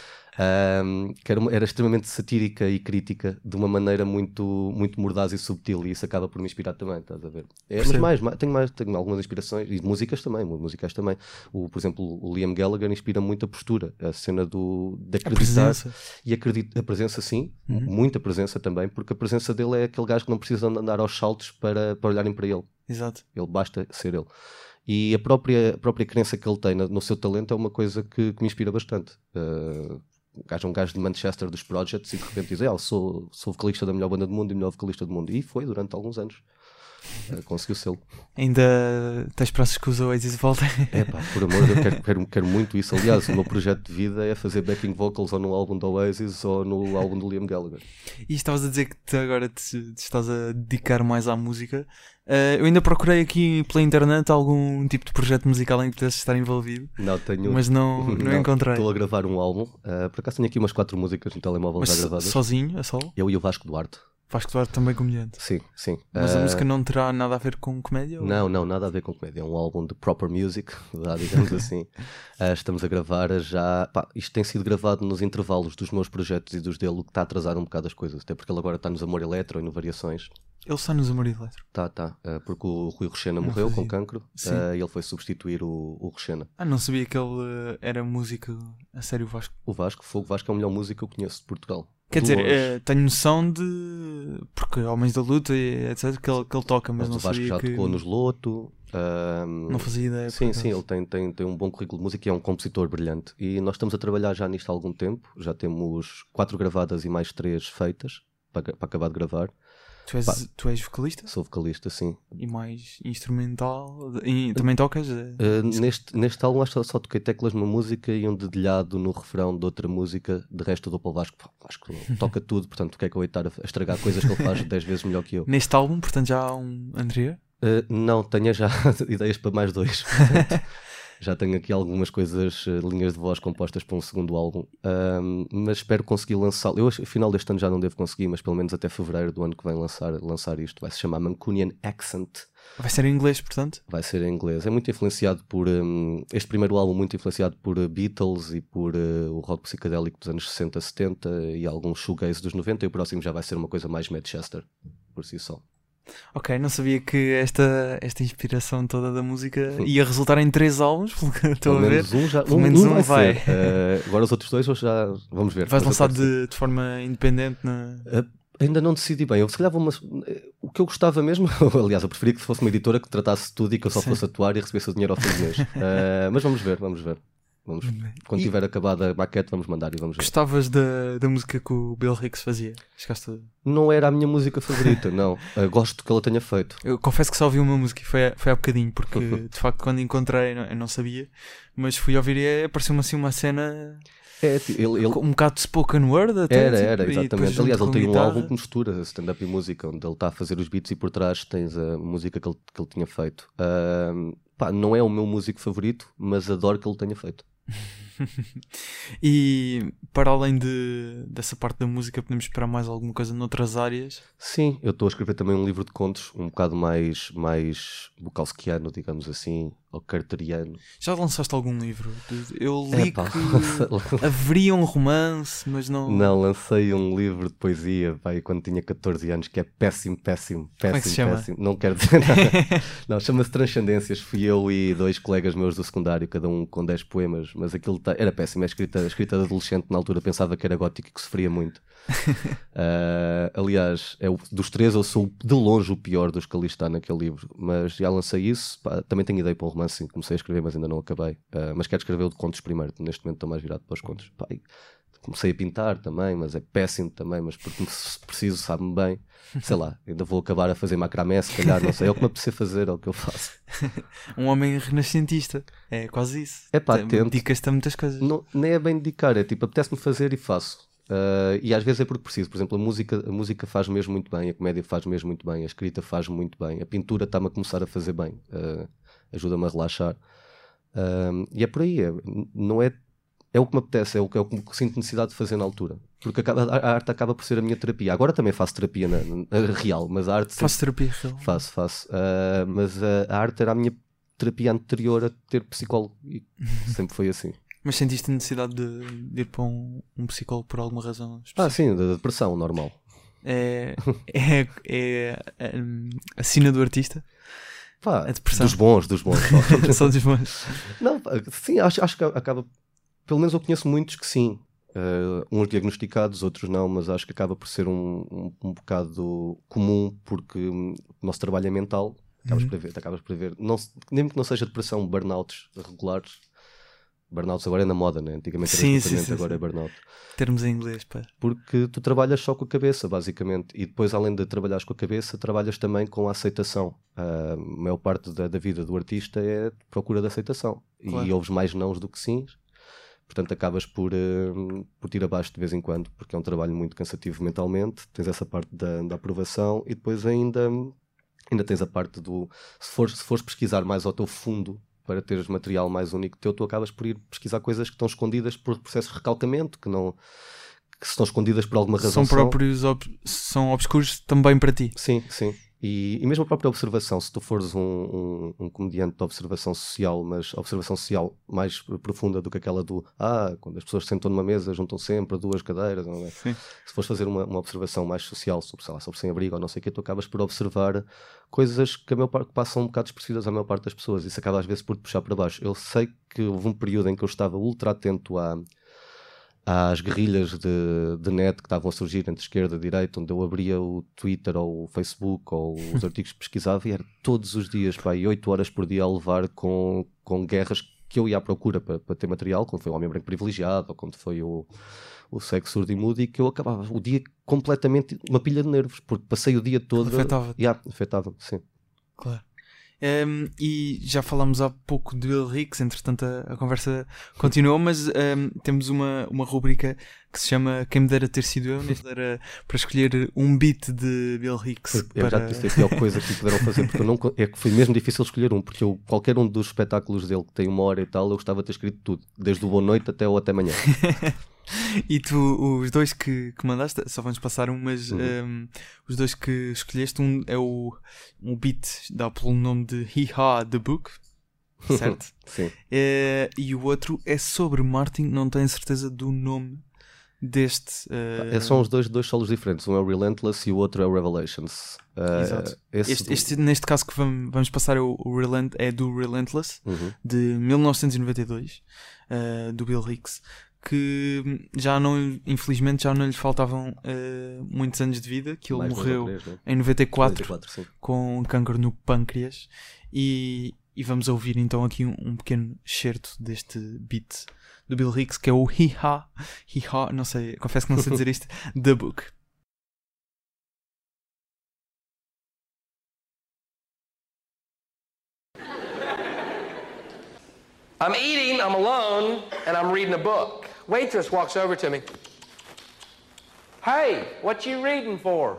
Um, que era, era extremamente satírica e crítica de uma maneira muito, muito mordaz e subtil, e isso acaba por me inspirar também, estás a ver? É, mas mais, mais, tenho, mais, tenho algumas inspirações, e músicas também, musicais também. O, por exemplo, o Liam Gallagher inspira muito a postura, a cena do, de acreditar. A presença. E acredito, a presença sim, uhum. muita presença também, porque a presença dele é aquele gajo que não precisa andar aos saltos para, para olharem para ele. Exato. Ele basta ser ele. E a própria, a própria crença que ele tem no, no seu talento é uma coisa que, que me inspira bastante. Uh, O gajo é um gajo de Manchester dos Projects e de repente diz: oh, sou, sou vocalista da melhor banda do mundo e melhor vocalista do mundo. E foi durante alguns anos. Uh, conseguiu sê-lo. Ainda tens esperanças que os Oasis voltem? É pá, por amor de Deus, quero, quero, quero muito isso. Aliás, o meu projeto de vida é fazer backing vocals ou no álbum do Oasis ou no álbum do Liam Gallagher. E estavas a dizer que te agora te, te estás a dedicar mais à música. Uh, eu ainda procurei aqui pela internet algum tipo de projeto musical em que pudesse estar envolvido. Não tenho. Mas não, não, não encontrei. Estou a gravar um álbum. Uh, por acaso tenho aqui umas quatro músicas no telemóvel mas já gravadas. Sozinho, a solo? Eu e o Vasco Duarte. Vasco Duarte também comediante. Sim, sim. Mas uh... a música não terá nada a ver com comédia? Ou... Não, não, nada a ver com comédia. É um álbum de proper music, digamos assim. Uh, estamos a gravar já... Pá, isto tem sido gravado nos intervalos dos meus projetos e dos dele, o que está a atrasar um bocado as coisas. Até porque ele agora está nos Amor Eletro e no Variações. Ele está nos Amor Eletro? Tá, tá. Uh, porque o Rui Rochena não morreu fazia. com cancro uh, e ele foi substituir o, o Rochena. Ah, não sabia que ele uh, era músico a sério, o Vasco. O Vasco, o Vasco é o melhor músico que eu conheço de Portugal. Quer dizer, uh, tenho noção de... Porque Homens da Luta e etcétera que ele, que ele toca, mas, mas não o Vasco sabia já que... tocou nos Loto. Um... Não fazia ideia. Sim, sim, ele tem, tem, tem um bom currículo de música e é um compositor brilhante. E nós estamos a trabalhar já nisto há algum tempo. Já temos quatro gravadas e mais três feitas para, para acabar de gravar. Tu és, tu és vocalista? Sou vocalista, sim. E mais instrumental? E também tocas? Uh, neste, neste álbum acho que só toquei teclas numa música e um dedilhado no refrão de outra música. De resto eu dou para o Vasco. Vasco toca tudo, portanto o que é que eu ia estar a estragar coisas que ele faz dez vezes melhor que eu. Neste álbum, portanto já há um anterior? Uh, não, tenho já ideias para mais dois. Portanto, já tenho aqui algumas coisas, uh, linhas de voz compostas para um segundo álbum, um, mas espero conseguir lançá-lo. Eu, no final deste ano já não devo conseguir, mas pelo menos até fevereiro do ano que vem lançar, lançar isto. Vai se chamar Mancunian Accent. Vai ser em inglês, portanto? Vai ser em inglês. É muito influenciado por... Um, este primeiro álbum muito influenciado por uh, Beatles e por uh, o rock psicadélico dos anos sessenta, setenta e alguns shoegaze dos noventa, e o próximo já vai ser uma coisa mais Manchester, por si só. Ok, não sabia que esta, esta inspiração toda da música ia resultar em três álbuns, pelo que estou a ver. Um já, pelo menos um, um vai. vai. Uh, agora os outros dois já vamos ver. Vais lançar de, de forma independente? Na... Uh, ainda não decidi bem. Eu se calhar vou uma... O que eu gostava mesmo, aliás, eu preferia que fosse uma editora que tratasse tudo e que eu só Sim. fosse atuar e recebesse o dinheiro ao fim do mês. Uh, mas vamos ver, vamos ver. Vamos, quando e tiver acabado a maquete vamos mandar e vamos ver. Gostavas da, da música que o Bill Hicks fazia? Chegaste a... Não era a minha música favorita, não. Uh, gosto que ela tenha feito. Eu confesso que só ouvi uma música e foi, foi há bocadinho, porque de facto quando encontrei não, eu não sabia, mas fui ouvir e apareceu-me assim uma cena... É, ele, ele... um bocado de spoken word até. Era, tipo, era, exatamente. Aliás, ele tem um guitarra. álbum que mistura stand-up e música, onde ele está a fazer os beats e por trás tens a música que ele, que ele tinha feito. Uh, pá, não é o meu músico favorito, mas adoro que ele tenha feito. E para além de, dessa parte da música, podemos esperar mais alguma coisa noutras áreas? Sim, eu estou a escrever também um livro de contos, um bocado mais, mais bukowskiano, digamos assim, ou carteriano. Já lançaste algum livro? Eu li Epá, que haveria um romance, mas não... Não, lancei um livro de poesia, pai, quando tinha catorze anos, que é péssimo, péssimo, péssimo, Como é que se chama? péssimo. Não quero dizer nada. Não, chama-se Transcendências. Fui eu e dois colegas meus do secundário, cada um com dez poemas, mas aquilo tá... era péssimo. É escrita, escrita de adolescente, na altura pensava que era gótico e que sofria muito. uh, aliás, é o, dos três eu sou de longe o pior dos que ali está naquele livro, mas já lancei isso. Pá, também tenho ideia para um romance, sim, comecei a escrever, mas ainda não acabei. Uh, mas quero escrever o de contos primeiro, neste momento estou mais virado para os contos. Pá, comecei a pintar também, mas é péssimo também, mas porque preciso, sabe-me bem. Sei lá, ainda vou acabar a fazer macramé, se calhar, não sei, é o que me apetece fazer, é o que eu faço. Um homem renascentista, é quase isso. É pá, tento. Dedicas-te a muitas coisas. Não, nem é bem dedicar, é tipo, apetece-me fazer e faço. Uh, e às vezes é porque preciso. Por exemplo, a música, a música faz mesmo muito bem, a comédia faz mesmo muito bem, a escrita faz muito bem, a pintura está-me a começar a fazer bem, uh, ajuda-me a relaxar. Uh, e é por aí, é, não é. É o que me apetece, é o que, é o que sinto necessidade de fazer na altura. Porque acaba, a arte acaba por ser a minha terapia. Agora também faço terapia na, na, real, mas a arte... Faço terapia real? Faço, faço. Uh, mas a, a arte era a minha terapia anterior a ter psicólogo. E sempre foi assim. Mas sentiste a necessidade de, de ir para um, um psicólogo por alguma razão específica? Ah, sim, da depressão, normal. É, é, é, é a sina do artista? Pá, a depressão? Dos bons, dos bons. Só dos bons. Não, sim, acho, acho que acaba... Pelo menos eu conheço muitos que sim. Uh, uns diagnosticados, outros não, mas acho que acaba por ser um, um, um bocado comum, porque o nosso trabalho é mental. Acabas uhum. por ver, acabas por ver. Não, mesmo que não seja depressão, burnouts regulares. Burnouts agora é na moda, né? Antigamente era sim, sim, sim, sim, agora sim. é burnout. Termos em inglês, pá. Porque tu trabalhas só com a cabeça, basicamente. E depois, além de trabalhares com a cabeça, trabalhas também com a aceitação. A maior parte da, da vida do artista é procura de aceitação. Claro. E ouves mais nãos do que sims. Portanto, acabas por, uh, por ir abaixo de vez em quando, porque é um trabalho muito cansativo mentalmente. Tens essa parte da, da aprovação e depois ainda, ainda tens a parte do... Se fores, se fores pesquisar mais ao teu fundo para teres material mais único teu, tu acabas por ir pesquisar coisas que estão escondidas por processo de recalcamento, que, não, que estão escondidas por alguma razão. São próprios, ob- são obscuros também para ti. Sim, sim. E, e mesmo a própria observação, se tu fores um, um, um comediante de observação social, mas observação social mais profunda do que aquela do ah, quando as pessoas se sentam numa mesa, juntam sempre duas cadeiras, não é? Sim. Se fores fazer uma, uma observação mais social sobre, sei lá, sobre sem-abrigo ou não sei o que, tu acabas por observar coisas que a maior parte passam um bocado despercebidas à maior parte das pessoas. Isso acaba às vezes por te puxar para baixo. Eu sei que houve um período em que eu estava ultra atento a às guerrilhas de, de net que estavam a surgir entre esquerda e direita, onde eu abria o Twitter ou o Facebook ou os artigos que pesquisava e era todos os dias, pá, e oito horas por dia a levar com, com guerras que eu ia à procura para, para ter material, quando foi o Homem Branco Privilegiado ou quando foi o, o Sexo Surdo e Mudo, e que eu acabava o dia completamente uma pilha de nervos, porque passei o dia todo... Afetava-te. Yeah, afetava-me, sim. Claro. Um, e já falámos há pouco de Bill Hicks, entretanto a, a conversa continuou, mas um, temos uma, uma rubrica que se chama Quem Me Dera Ter Sido Eu, neste era para escolher um beat de Bill Hicks. Eu para... já te disse a pior coisa que puderam fazer, porque eu não, é que foi mesmo difícil escolher um, porque eu, qualquer um dos espetáculos dele que tem uma hora e tal, eu gostava de ter escrito tudo, desde o Boa Noite até o Até Amanhã. E tu, os dois que, que mandaste, só vamos passar um, mas uhum. um, os dois que escolheste, um é o um beat, dá pelo nome de Hee Haw The Book, certo? Sim. É, e o outro é sobre Martin, não tenho certeza do nome deste. Uh... É, são os dois, dois solos diferentes, um é o Relentless e o outro é o Revelations. Uh, Exato. Esse... Este, este, neste caso que vamos, vamos passar é, o, o Relent, é do Relentless, uhum. de mil novecentos e noventa e dois, uh, do Bill Hicks, que já não, infelizmente já não lhe faltavam uh, muitos anos de vida, que ele Mais morreu três, né? em noventa e quatro, noventa e quatro com câncer no pâncreas, e, e vamos ouvir então aqui um, um pequeno excerto deste beat do Bill Hicks, que é o Hee Haw, Hee Haw, não sei, confesso que não sei dizer isto, The Book. I'm eating, I'm alone, and I'm reading a book. Waitress walks over to me. Hey, what you reading for?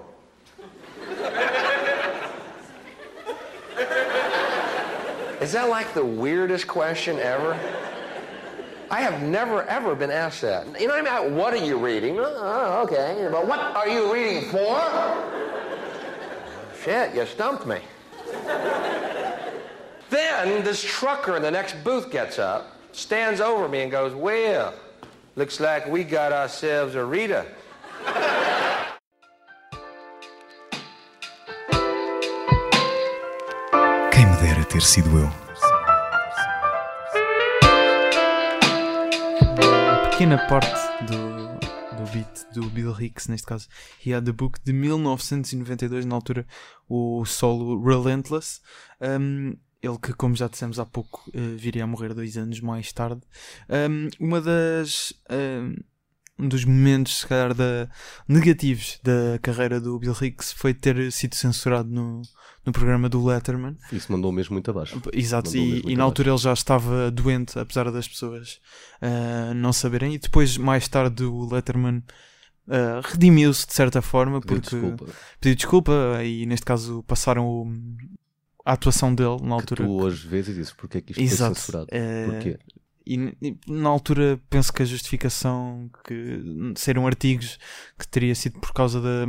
Is that like the weirdest question ever? I have never, ever been asked that. You know what I mean? What are you reading? Oh, okay. But what are you reading for? Shit, you stumped me. Then this trucker in the next booth gets up, stands over me and goes, well, looks like we got ourselves a reader. Quem me dera ter sido eu. A pequena parte do, do beat do Bill Hicks, neste caso, He Had the Book, de mil novecentos e noventa e dois, na altura, o solo Relentless. Um, ele que, como já dissemos há pouco, uh, viria a morrer dois anos mais tarde. Um, uma das... Um, um dos momentos, se calhar, da, negativos da carreira do Bill Hicks foi ter sido censurado no, no programa do Letterman. Isso mandou mesmo muito abaixo. Exato, Mandou e, mesmo e na muito altura ele já estava doente, apesar das pessoas uh, não saberem. E depois, mais tarde, o Letterman uh, redimiu-se de certa forma, Pediu porque desculpa. pediu desculpa, e neste caso passaram o, a atuação dele na altura. Que tu hoje vês e dizes porque é que isto Exato. foi censurado. Uh, Porquê? E, e na altura penso que a justificação que saíram artigos que teria sido por causa da,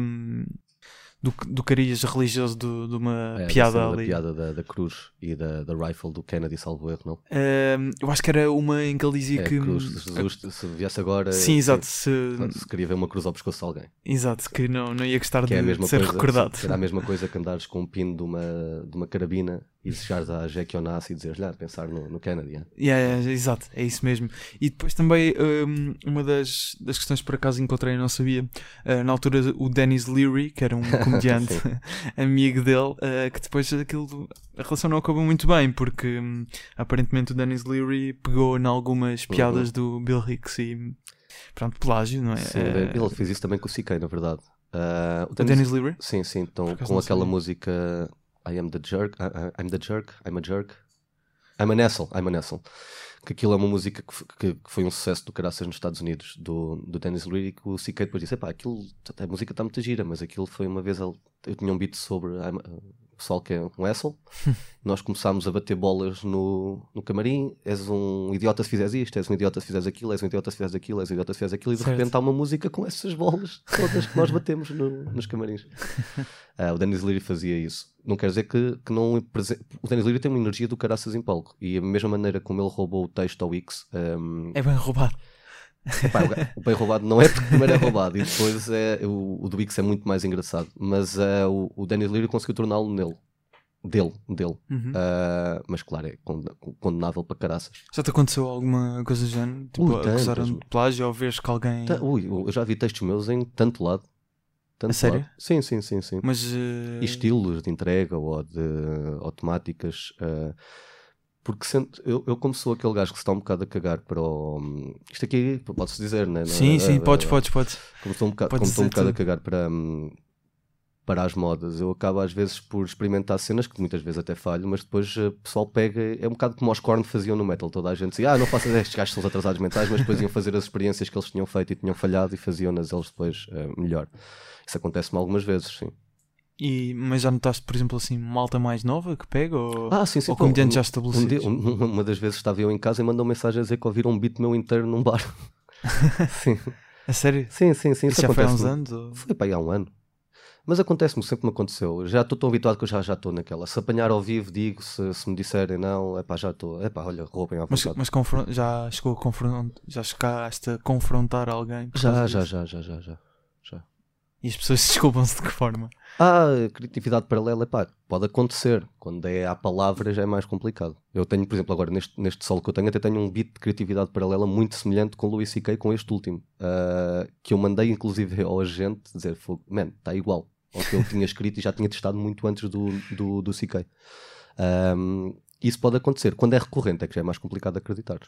do, do cariz religioso do, de uma É, piada da ali. Da piada da, da cruz e da, da rifle do Kennedy, salvo erro, não? Uh, eu acho que era uma em que ele dizia É, que. cruz de Jesus, se viesse agora. Sim, exato. Se... Se queria ver uma cruz ao pescoço de alguém. Exato, que não, não ia gostar Que de, é a mesma de ser coisa, recordado. Era a mesma coisa que andares com um pino de uma, de uma carabina e chegares à Jackie Onassi e dizeres-lhe, ah, pensar no, no Kennedy. É? Yeah, yeah, exato, é isso mesmo. E depois também um, uma das, das questões que por acaso encontrei e não sabia, uh, na altura o Dennis Leary, que era um comediante amigo dele, uh, que depois aquilo, a relação não acabou muito bem, porque um, aparentemente o Dennis Leary pegou em algumas piadas uhum. do Bill Hicks e pronto, plágio, não é? Sim, uh, ele fez isso também com o C K, na verdade. Uh, o, o Dennis, Dennis Leary? Sim, sim, então com aquela música I am the jerk, I, I'm the jerk, I'm a jerk, I'm an asshole, I'm an asshole. Que aquilo é uma música que, que, que foi um sucesso do caraças nos Estados Unidos, do, do Dennis Leary, que o C K depois disse, epá, aquilo, a música está muito gira, mas aquilo foi uma vez, eu tinha um beat sobre I'm, o pessoal que é um asshole, nós começámos a bater bolas no, no camarim, és um idiota se fizeres isto, és um idiota se fizeres aquilo, és um idiota se fizeres aquilo, és um idiota se fizeres aquilo, e de certo. repente há uma música com essas bolas todas que nós batemos no, nos camarins. Uh, o Dennis Leary fazia isso. Não quer dizer que, que não... O Dennis Leary tem uma energia do caraças em palco, e a mesma maneira como ele roubou o texto ao X... Um... É bem roubado. Epá, o bem roubado não é porque primeiro é roubado e depois é, o, o do X é muito mais engraçado, mas uh, o, o Dennis Leary conseguiu torná-lo nele dele, dele. Uhum. Uh, mas claro, é condenável para caraças. Já te aconteceu alguma coisa do género? Tipo, Ui, acusaram tantas, de plágio ou vês que alguém... Ta- Ui, eu já vi textos meus em tanto lado. Tanto A sério? lado. Sim, sim, sim, sim. Mas, uh... E estilos de entrega ou de ou temáticas. Uh, porque sento, eu, eu como sou aquele gajo que se está um bocado a cagar para o... Isto aqui pode-se dizer, não é? Sim, uh, sim, uh, podes, uh, podes, podes. Como estou um bocado, Podes como estou um dizer bocado a tudo. cagar para... Um, para as modas, eu acabo às vezes por experimentar cenas que muitas vezes até falho, mas depois o pessoal pega, é um bocado como os Korn faziam no metal, toda a gente dizia, ah, não faças estes gajos são os atrasados mentais, mas depois iam fazer as experiências que eles tinham feito e tinham falhado e faziam-nas eles depois uh, melhor. Isso acontece-me algumas vezes, sim. E, mas já notaste, por exemplo, assim, malta mais nova que pega? Ou, ah, sim, sim, ou comediantes já um, estabelecidos? Um dia, um, uma das vezes estava eu em casa e mandou mensagem a dizer que ouviram um beat meu inteiro num bar. Sim. A sério? Sim, sim, sim. Isso já foi há uns anos? Ou... Foi para aí há um ano. Mas acontece-me, sempre me aconteceu. Já estou tão habituado que eu já já estou naquela. Se apanhar ao vivo, digo. Se, se me disserem não, é pá, já estou. É pá, olha, roubem à Mas, vontade. mas confron- já chegou a confrontar, já chegaste a confrontar alguém? por Já, causa já, disso? já, já, já, já, já. E as pessoas desculpam-se de que forma? Ah, criatividade paralela, é pá, pode acontecer. Quando é à palavra já é mais complicado. Eu tenho, por exemplo, agora neste, neste solo que eu tenho, até tenho um beat de criatividade paralela muito semelhante com o Louis C K, com este último. Uh, que eu mandei inclusive ao agente dizer, man, está igual ao que eu tinha escrito e já tinha testado muito antes do, do, do C K. Um, isso pode acontecer. Quando é recorrente é que já é mais complicado acreditar.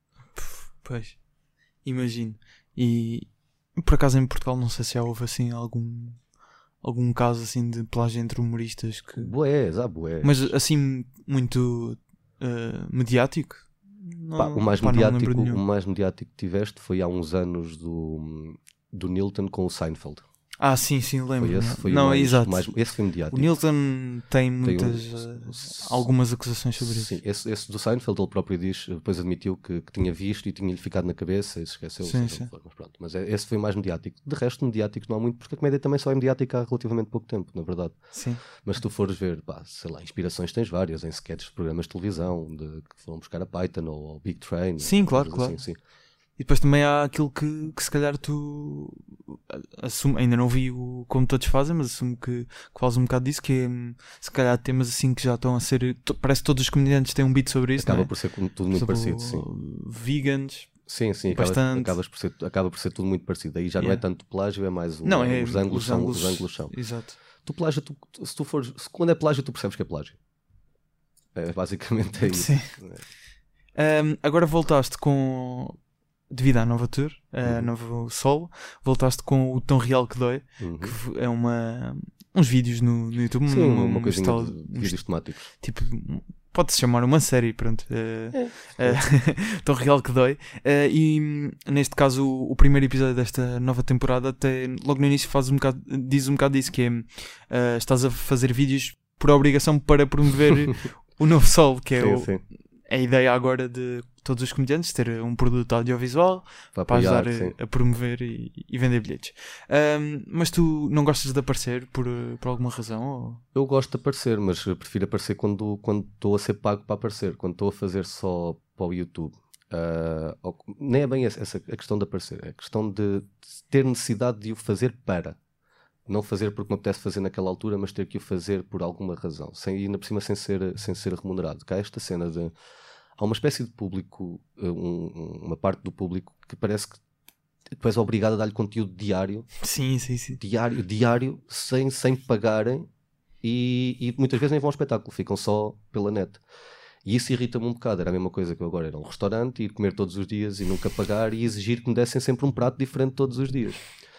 Pois, imagino. E por acaso em Portugal não sei se já houve assim algum, algum caso assim de plágio entre humoristas que... Bués, ah, bués. Mas assim muito uh, mediático? Não, Pá, o, mais pá, não me lembro mediático, de o nenhum. mais mediático que tiveste foi há uns anos do, do Nilton com o Seinfeld. Ah, sim, sim, lembro. Foi esse, foi não, o mais, exato. mais- esse foi mediático. O Nilton tem muitas, um- eh, algumas acusações sobre isso. Sim, esse, esse do Seinfeld ele próprio diz, depois admitiu que, que tinha visto e tinha-lhe ficado na cabeça e se esqueceu. Sim, seja sim. o que for, mas, pronto. Mas é- esse foi o mais mediático. De resto, mediático não há muito, porque a comédia também só é mediática há relativamente pouco tempo, na verdade. Sim. Mas se tu fores ver, pá, sei lá, inspirações tens várias em sketches de programas de televisão de, que foram buscar a Python ou ao Big Train. Sim, claro, coisas claro. assim, sim. E depois também há aquilo que, que se calhar tu assume, ainda não vi o como todos fazem, mas assumo que, que falas um bocado disso, que é hum, se calhar temas assim que já estão a ser. to- Parece que todos os comediantes têm um beat sobre isso. Acaba não é? por ser com- tudo muito Por exemplo, parecido, sim. Vegans. Sim, sim, acabas, Bastante. acabas por ser, acaba por ser tudo muito parecido. Aí já não é Yeah. tanto plágio, é mais o, Não, é os ângulos são, os ângulos são. Exato. Tu plágio, tu, se tu fores, se quando é plágio, tu percebes que é plágio. É, basicamente é isso. Sim. Um, agora voltaste com. Devido à nova tour, a Uhum. novo solo, voltaste com o Tão Real que Dói, Uhum. que f- é uma. Uns vídeos no, no YouTube, Sim, uma, uma coisinha estilo- de um vídeos temáticos. tipo, pode-se chamar uma série, pronto. eh, É. eh, Tão Real que Dói. Eh, e hum, neste caso, o, o primeiro episódio desta nova temporada, até logo no início, faz um bocado, diz um bocado disso: que é eh, estás a fazer vídeos por obrigação para promover o novo solo, que é Sim, o- sim. a ideia agora de todos os comediantes ter um produto audiovisual Para para apoiar, ajudar sim. a, a promover e, e vender bilhetes. Ahm, mas tu não gostas de aparecer por, por alguma razão? Ou... Eu gosto de aparecer, mas eu prefiro aparecer quando quando estou a ser pago para aparecer. Quando estou a fazer só para o YouTube. Ah, ou- nem é bem essa, essa a questão de aparecer. É a questão de ter necessidade de o fazer para. Não fazer porque me apetece fazer naquela altura, mas ter que o fazer por alguma razão. Sem, e ainda por cima sem ser, sem ser remunerado. Cá há esta cena de... Há uma espécie de público, um- um- uma parte do público que parece que tu és obrigado a dar-lhe conteúdo diário, Sim, sim, sim. diário, diário, sem, sem pagarem e, e muitas vezes nem vão ao espetáculo, ficam só pela net. E isso irrita-me um bocado. Era a mesma coisa que eu agora era um restaurante, ir comer todos os dias e nunca pagar e exigir que me dessem sempre um prato diferente todos os dias.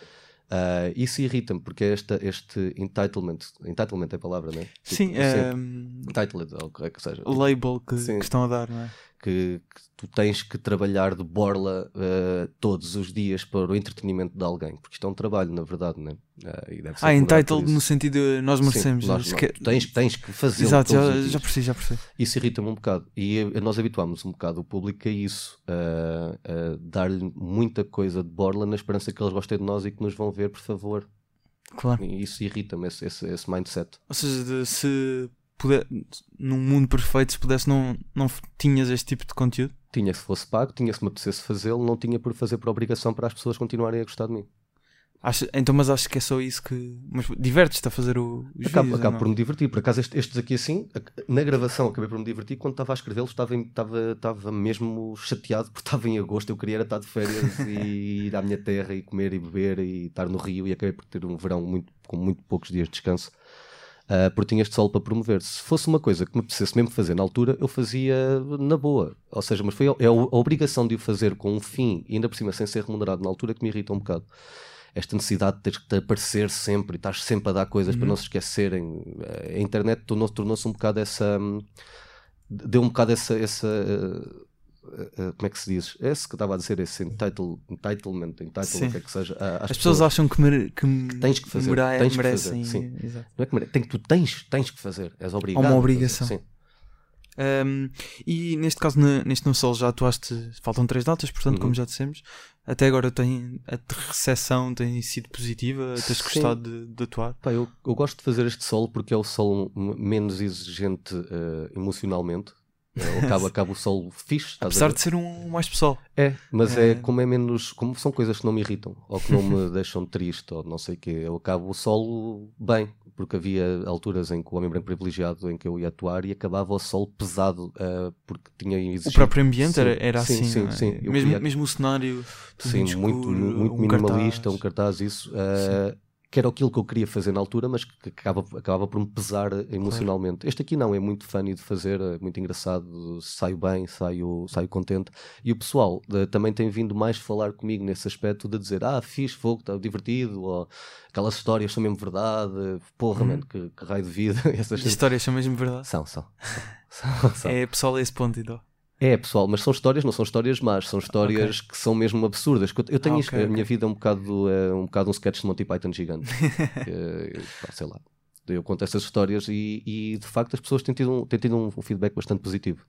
Ah, isso irrita-me porque é esta, este entitlement, entitlement é a palavra, não é? Sim, Tipo, sempre- ahm, entitled, ou o que é que seja. o label que, Sim. que estão a dar, não é? Que, que tu tens que trabalhar de borla ah, todos os dias para o entretenimento de alguém, porque isto é um trabalho, na verdade, não é? Ah, e deve ser Ah, remunerado por entitled isso. no sentido de nós Sim, merecemos. nós- se nós- quer- tu tens, tens que fazer Exato, todos já, os dias. já percebi, já percebi. Isso irrita-me um bocado. E eh, nós habituámos um bocado o público a isso, a, a dar-lhe muita coisa de borla na esperança que eles gostem de nós e que nos vão ver, por favor. Claro. E isso irrita-me, esse, esse, esse mindset. Ou seja, de- se puder, num mundo perfeito, se pudesse, não, não f- tinhas este tipo de conteúdo? Tinha se fosse pago, tinha se me apetecesse fazê-lo, não tinha por fazer por obrigação para as pessoas continuarem a gostar de mim. Acha- então, mas acho que é só isso que. Mas divertes-te a fazer o, os Acabo, vídeos, acabo ou por não? me divertir. Por acaso, este- estes aqui assim, a- na gravação acabei por me divertir. Quando estava a escrevê-los, estava, em- estava, estava mesmo chateado porque estava em agosto. Eu queria era estar de férias e ir à minha terra e comer e beber e estar no Rio. E acabei por ter um verão muito, com muito poucos dias de descanso. Uh, porque tinha este solo para promover. Se fosse uma coisa que me apetecesse mesmo fazer na altura, eu fazia na boa. Ou seja, mas foi a, é a obrigação de o fazer com um fim e ainda por cima sem ser remunerado na altura que me irrita um bocado. Esta necessidade de teres que te aparecer sempre e estás sempre a dar coisas Uhum. para não se esquecerem. A internet tornou- tornou-se um bocado essa... hum, deu um bocado essa... essa uh, uh, como é que se diz? Esse que estava a dizer, esse entitle, entitlement, entitlement, Sim. o que é que seja. uh, às As pessoas acham que, mere, que, tens que fazer, mere- tens que merecem. fazer, sim. Exato. Não é que mere- tem que tu tens, tens que fazer, és obrigado. Há uma a obrigação. fazer, sim. Um, e neste caso, ne- neste não solo já atuaste, faltam três datas, portanto, Uhum. como já dissemos, até agora tem, a recepção tem sido positiva, tens Sim. gostado de, de atuar. Pá, eu, eu gosto de fazer este solo porque é o solo m- menos exigente eh, emocionalmente. Eu acabo, acabo o solo fixe. estás a Apesar ver? de ser um mais pessoal. É, mas é. É. como é menos. Como são coisas que não me irritam ou que não me deixam triste ou não sei o quê. Eu acabo o solo bem, porque havia alturas em que o Homem Branco Privilegiado em que eu ia atuar e acabava o solo pesado eh, porque tinha exigido. O próprio ambiente Sim, era, era sim, assim, sim, não é? sim. Eu Mesmo, queria- mesmo o cenário tudo Sim, escuro, muito, muito um minimalista, cartaz. um cartaz, isso. eh, que era aquilo que eu queria fazer na altura, mas que acaba, acabava por me pesar emocionalmente. Este aqui não, é muito funny de fazer, é muito engraçado, saio bem, saio, saio contente. E o pessoal eh, também tem vindo mais falar comigo nesse aspecto de dizer, ah, fixe, fogo, está divertido, ou aquelas histórias são mesmo verdade, porra, Uhum. mano, que, que raio de vida. Essas As histórias são mesmo verdade. são, são. são, são. É pessoal a esse ponto, então. É, pessoal, mas são histórias, não são histórias más, são histórias okay. que são mesmo absurdas. Eu tenho ah, isto, okay, a okay. minha vida é um bocado, é um bocado um sketch de Monty Python gigante. é, sei lá. Eu conto essas histórias e, e de facto as pessoas têm tido um, têm tido um feedback bastante positivo.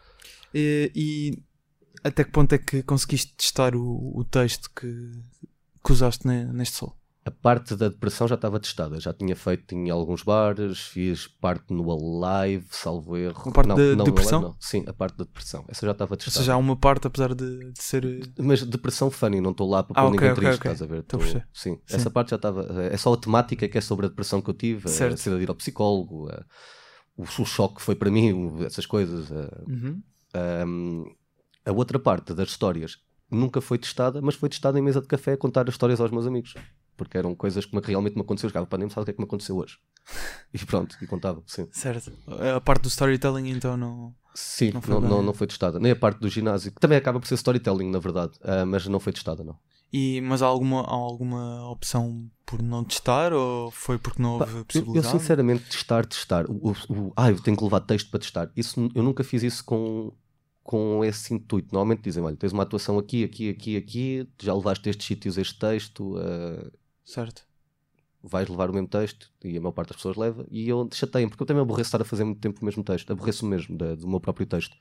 E, e até que ponto é que conseguiste testar o, o texto que, que usaste ne, neste solo? A parte da depressão já estava testada, já tinha feito em alguns bares, fiz parte no Alive, salvo erro. A parte não, da não, depressão? Alive, não. Sim, a parte da depressão. Essa já estava testada. Ou seja, há uma parte, apesar de, de ser... Mas depressão funny, não estou lá para ah, pôr okay, ninguém okay, triste, okay. estás a ver? Tô Tô... Sim. Sim, sim, essa parte já estava... É só a temática que é sobre a depressão que eu tive, certo. a ser de ir ao psicólogo, a... o, o choque que foi para mim, essas coisas. A... Uhum. Um, a outra parte das histórias nunca foi testada, mas foi testada em mesa de café a contar as histórias aos meus amigos. Porque eram coisas que realmente me aconteceram. Eu ficava, pá, nem me sabe o que é que me aconteceu hoje. E pronto, e contava, sim. Certo. A parte do storytelling então não... Sim, não foi, não, não, não foi testada. Nem a parte do ginásio, que também acaba por ser storytelling, na verdade. Uh, mas não foi testada, não. E, mas há alguma, há alguma opção por não testar ou foi porque não houve Pá, possibilidade? Eu, eu sinceramente, testar, testar. O, o, o, ah, eu tenho que levar texto para testar. Isso, eu nunca fiz isso com... com esse intuito. Normalmente dizem, olha, tens uma atuação aqui, aqui, aqui, aqui, já levaste estes sítios este texto, uh, certo. vais levar o mesmo texto, e a maior parte das pessoas leva, e eu chateio-me, porque eu também aborreço estar a fazer muito tempo o mesmo texto, aborreço mesmo da, do meu próprio texto.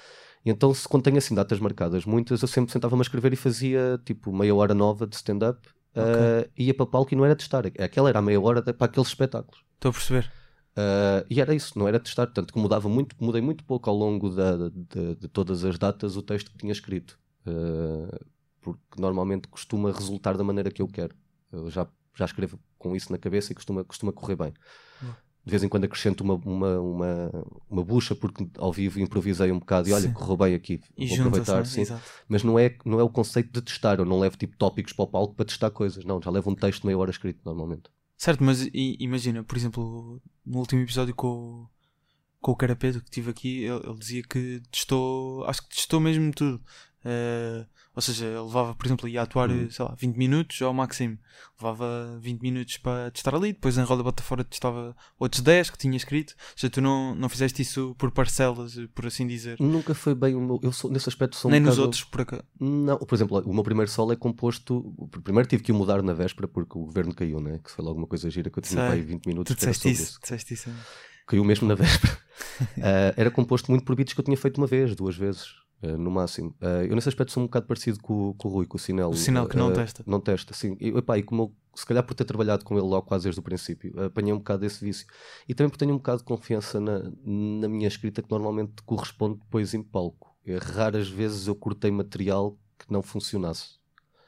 E então, se quando tenho assim datas marcadas, muitas, eu sempre sentava-me a escrever e fazia tipo meia hora nova de stand-up, okay. uh, ia para palco e não era testar, aquela era a meia hora de, para aqueles espetáculos. Estou a perceber. Uh, e era isso, não era testar, tanto que mudava muito, mudei muito pouco ao longo da, de, de todas as datas o texto que tinha escrito, uh, porque normalmente costuma resultar da maneira que eu quero. Eu já, já escrevo com isso na cabeça e costuma, costuma correr bem. Uhum. De vez em quando acrescento uma, uma, uma, uma bucha, porque ao vivo improvisei um bocado e olha, sim. correu bem aqui, e vou aproveitar, sim. Mas não é, não é o conceito de testar, eu não levo tipo tópicos para o palco para testar coisas, não, já levo um texto de meia hora escrito normalmente. Certo, mas i, imagina, por exemplo, no último episódio com, com o Carapedo que tive aqui, ele, ele dizia que testou, acho que testou mesmo tudo. Uh, ou seja, ele levava, por exemplo, ia atuar, hum. sei lá, vinte minutos ao máximo. Levava vinte minutos para testar ali, depois em roda bota fora testava outros dez que tinha escrito. Ou seja, tu não, não fizeste isso por parcelas, por assim dizer. Nunca foi bem o meu, eu sou, nesse aspecto sou um nem bocado... nos outros, por acá. Não, por exemplo, o meu primeiro solo é composto, primeiro tive que o mudar na véspera porque o governo caiu, né? Que foi logo uma coisa gira que eu tinha aí vinte minutos. Tu disseste isso, isso. Disseste isso. Caiu mesmo na véspera. uh, era composto muito por beats que eu tinha feito uma vez, duas vezes. Uh, no máximo. Uh, eu nesse aspecto sou um bocado parecido com, com o Rui, com o Sinel. O Sinel que não uh, testa. Não testa, sim. E, epá, e como eu, se calhar por ter trabalhado com ele logo quase desde o princípio, apanhei um bocado desse vício. E também porque tenho um bocado de confiança na, na minha escrita que normalmente corresponde depois em palco. E, raras vezes eu cortei material que não funcionasse.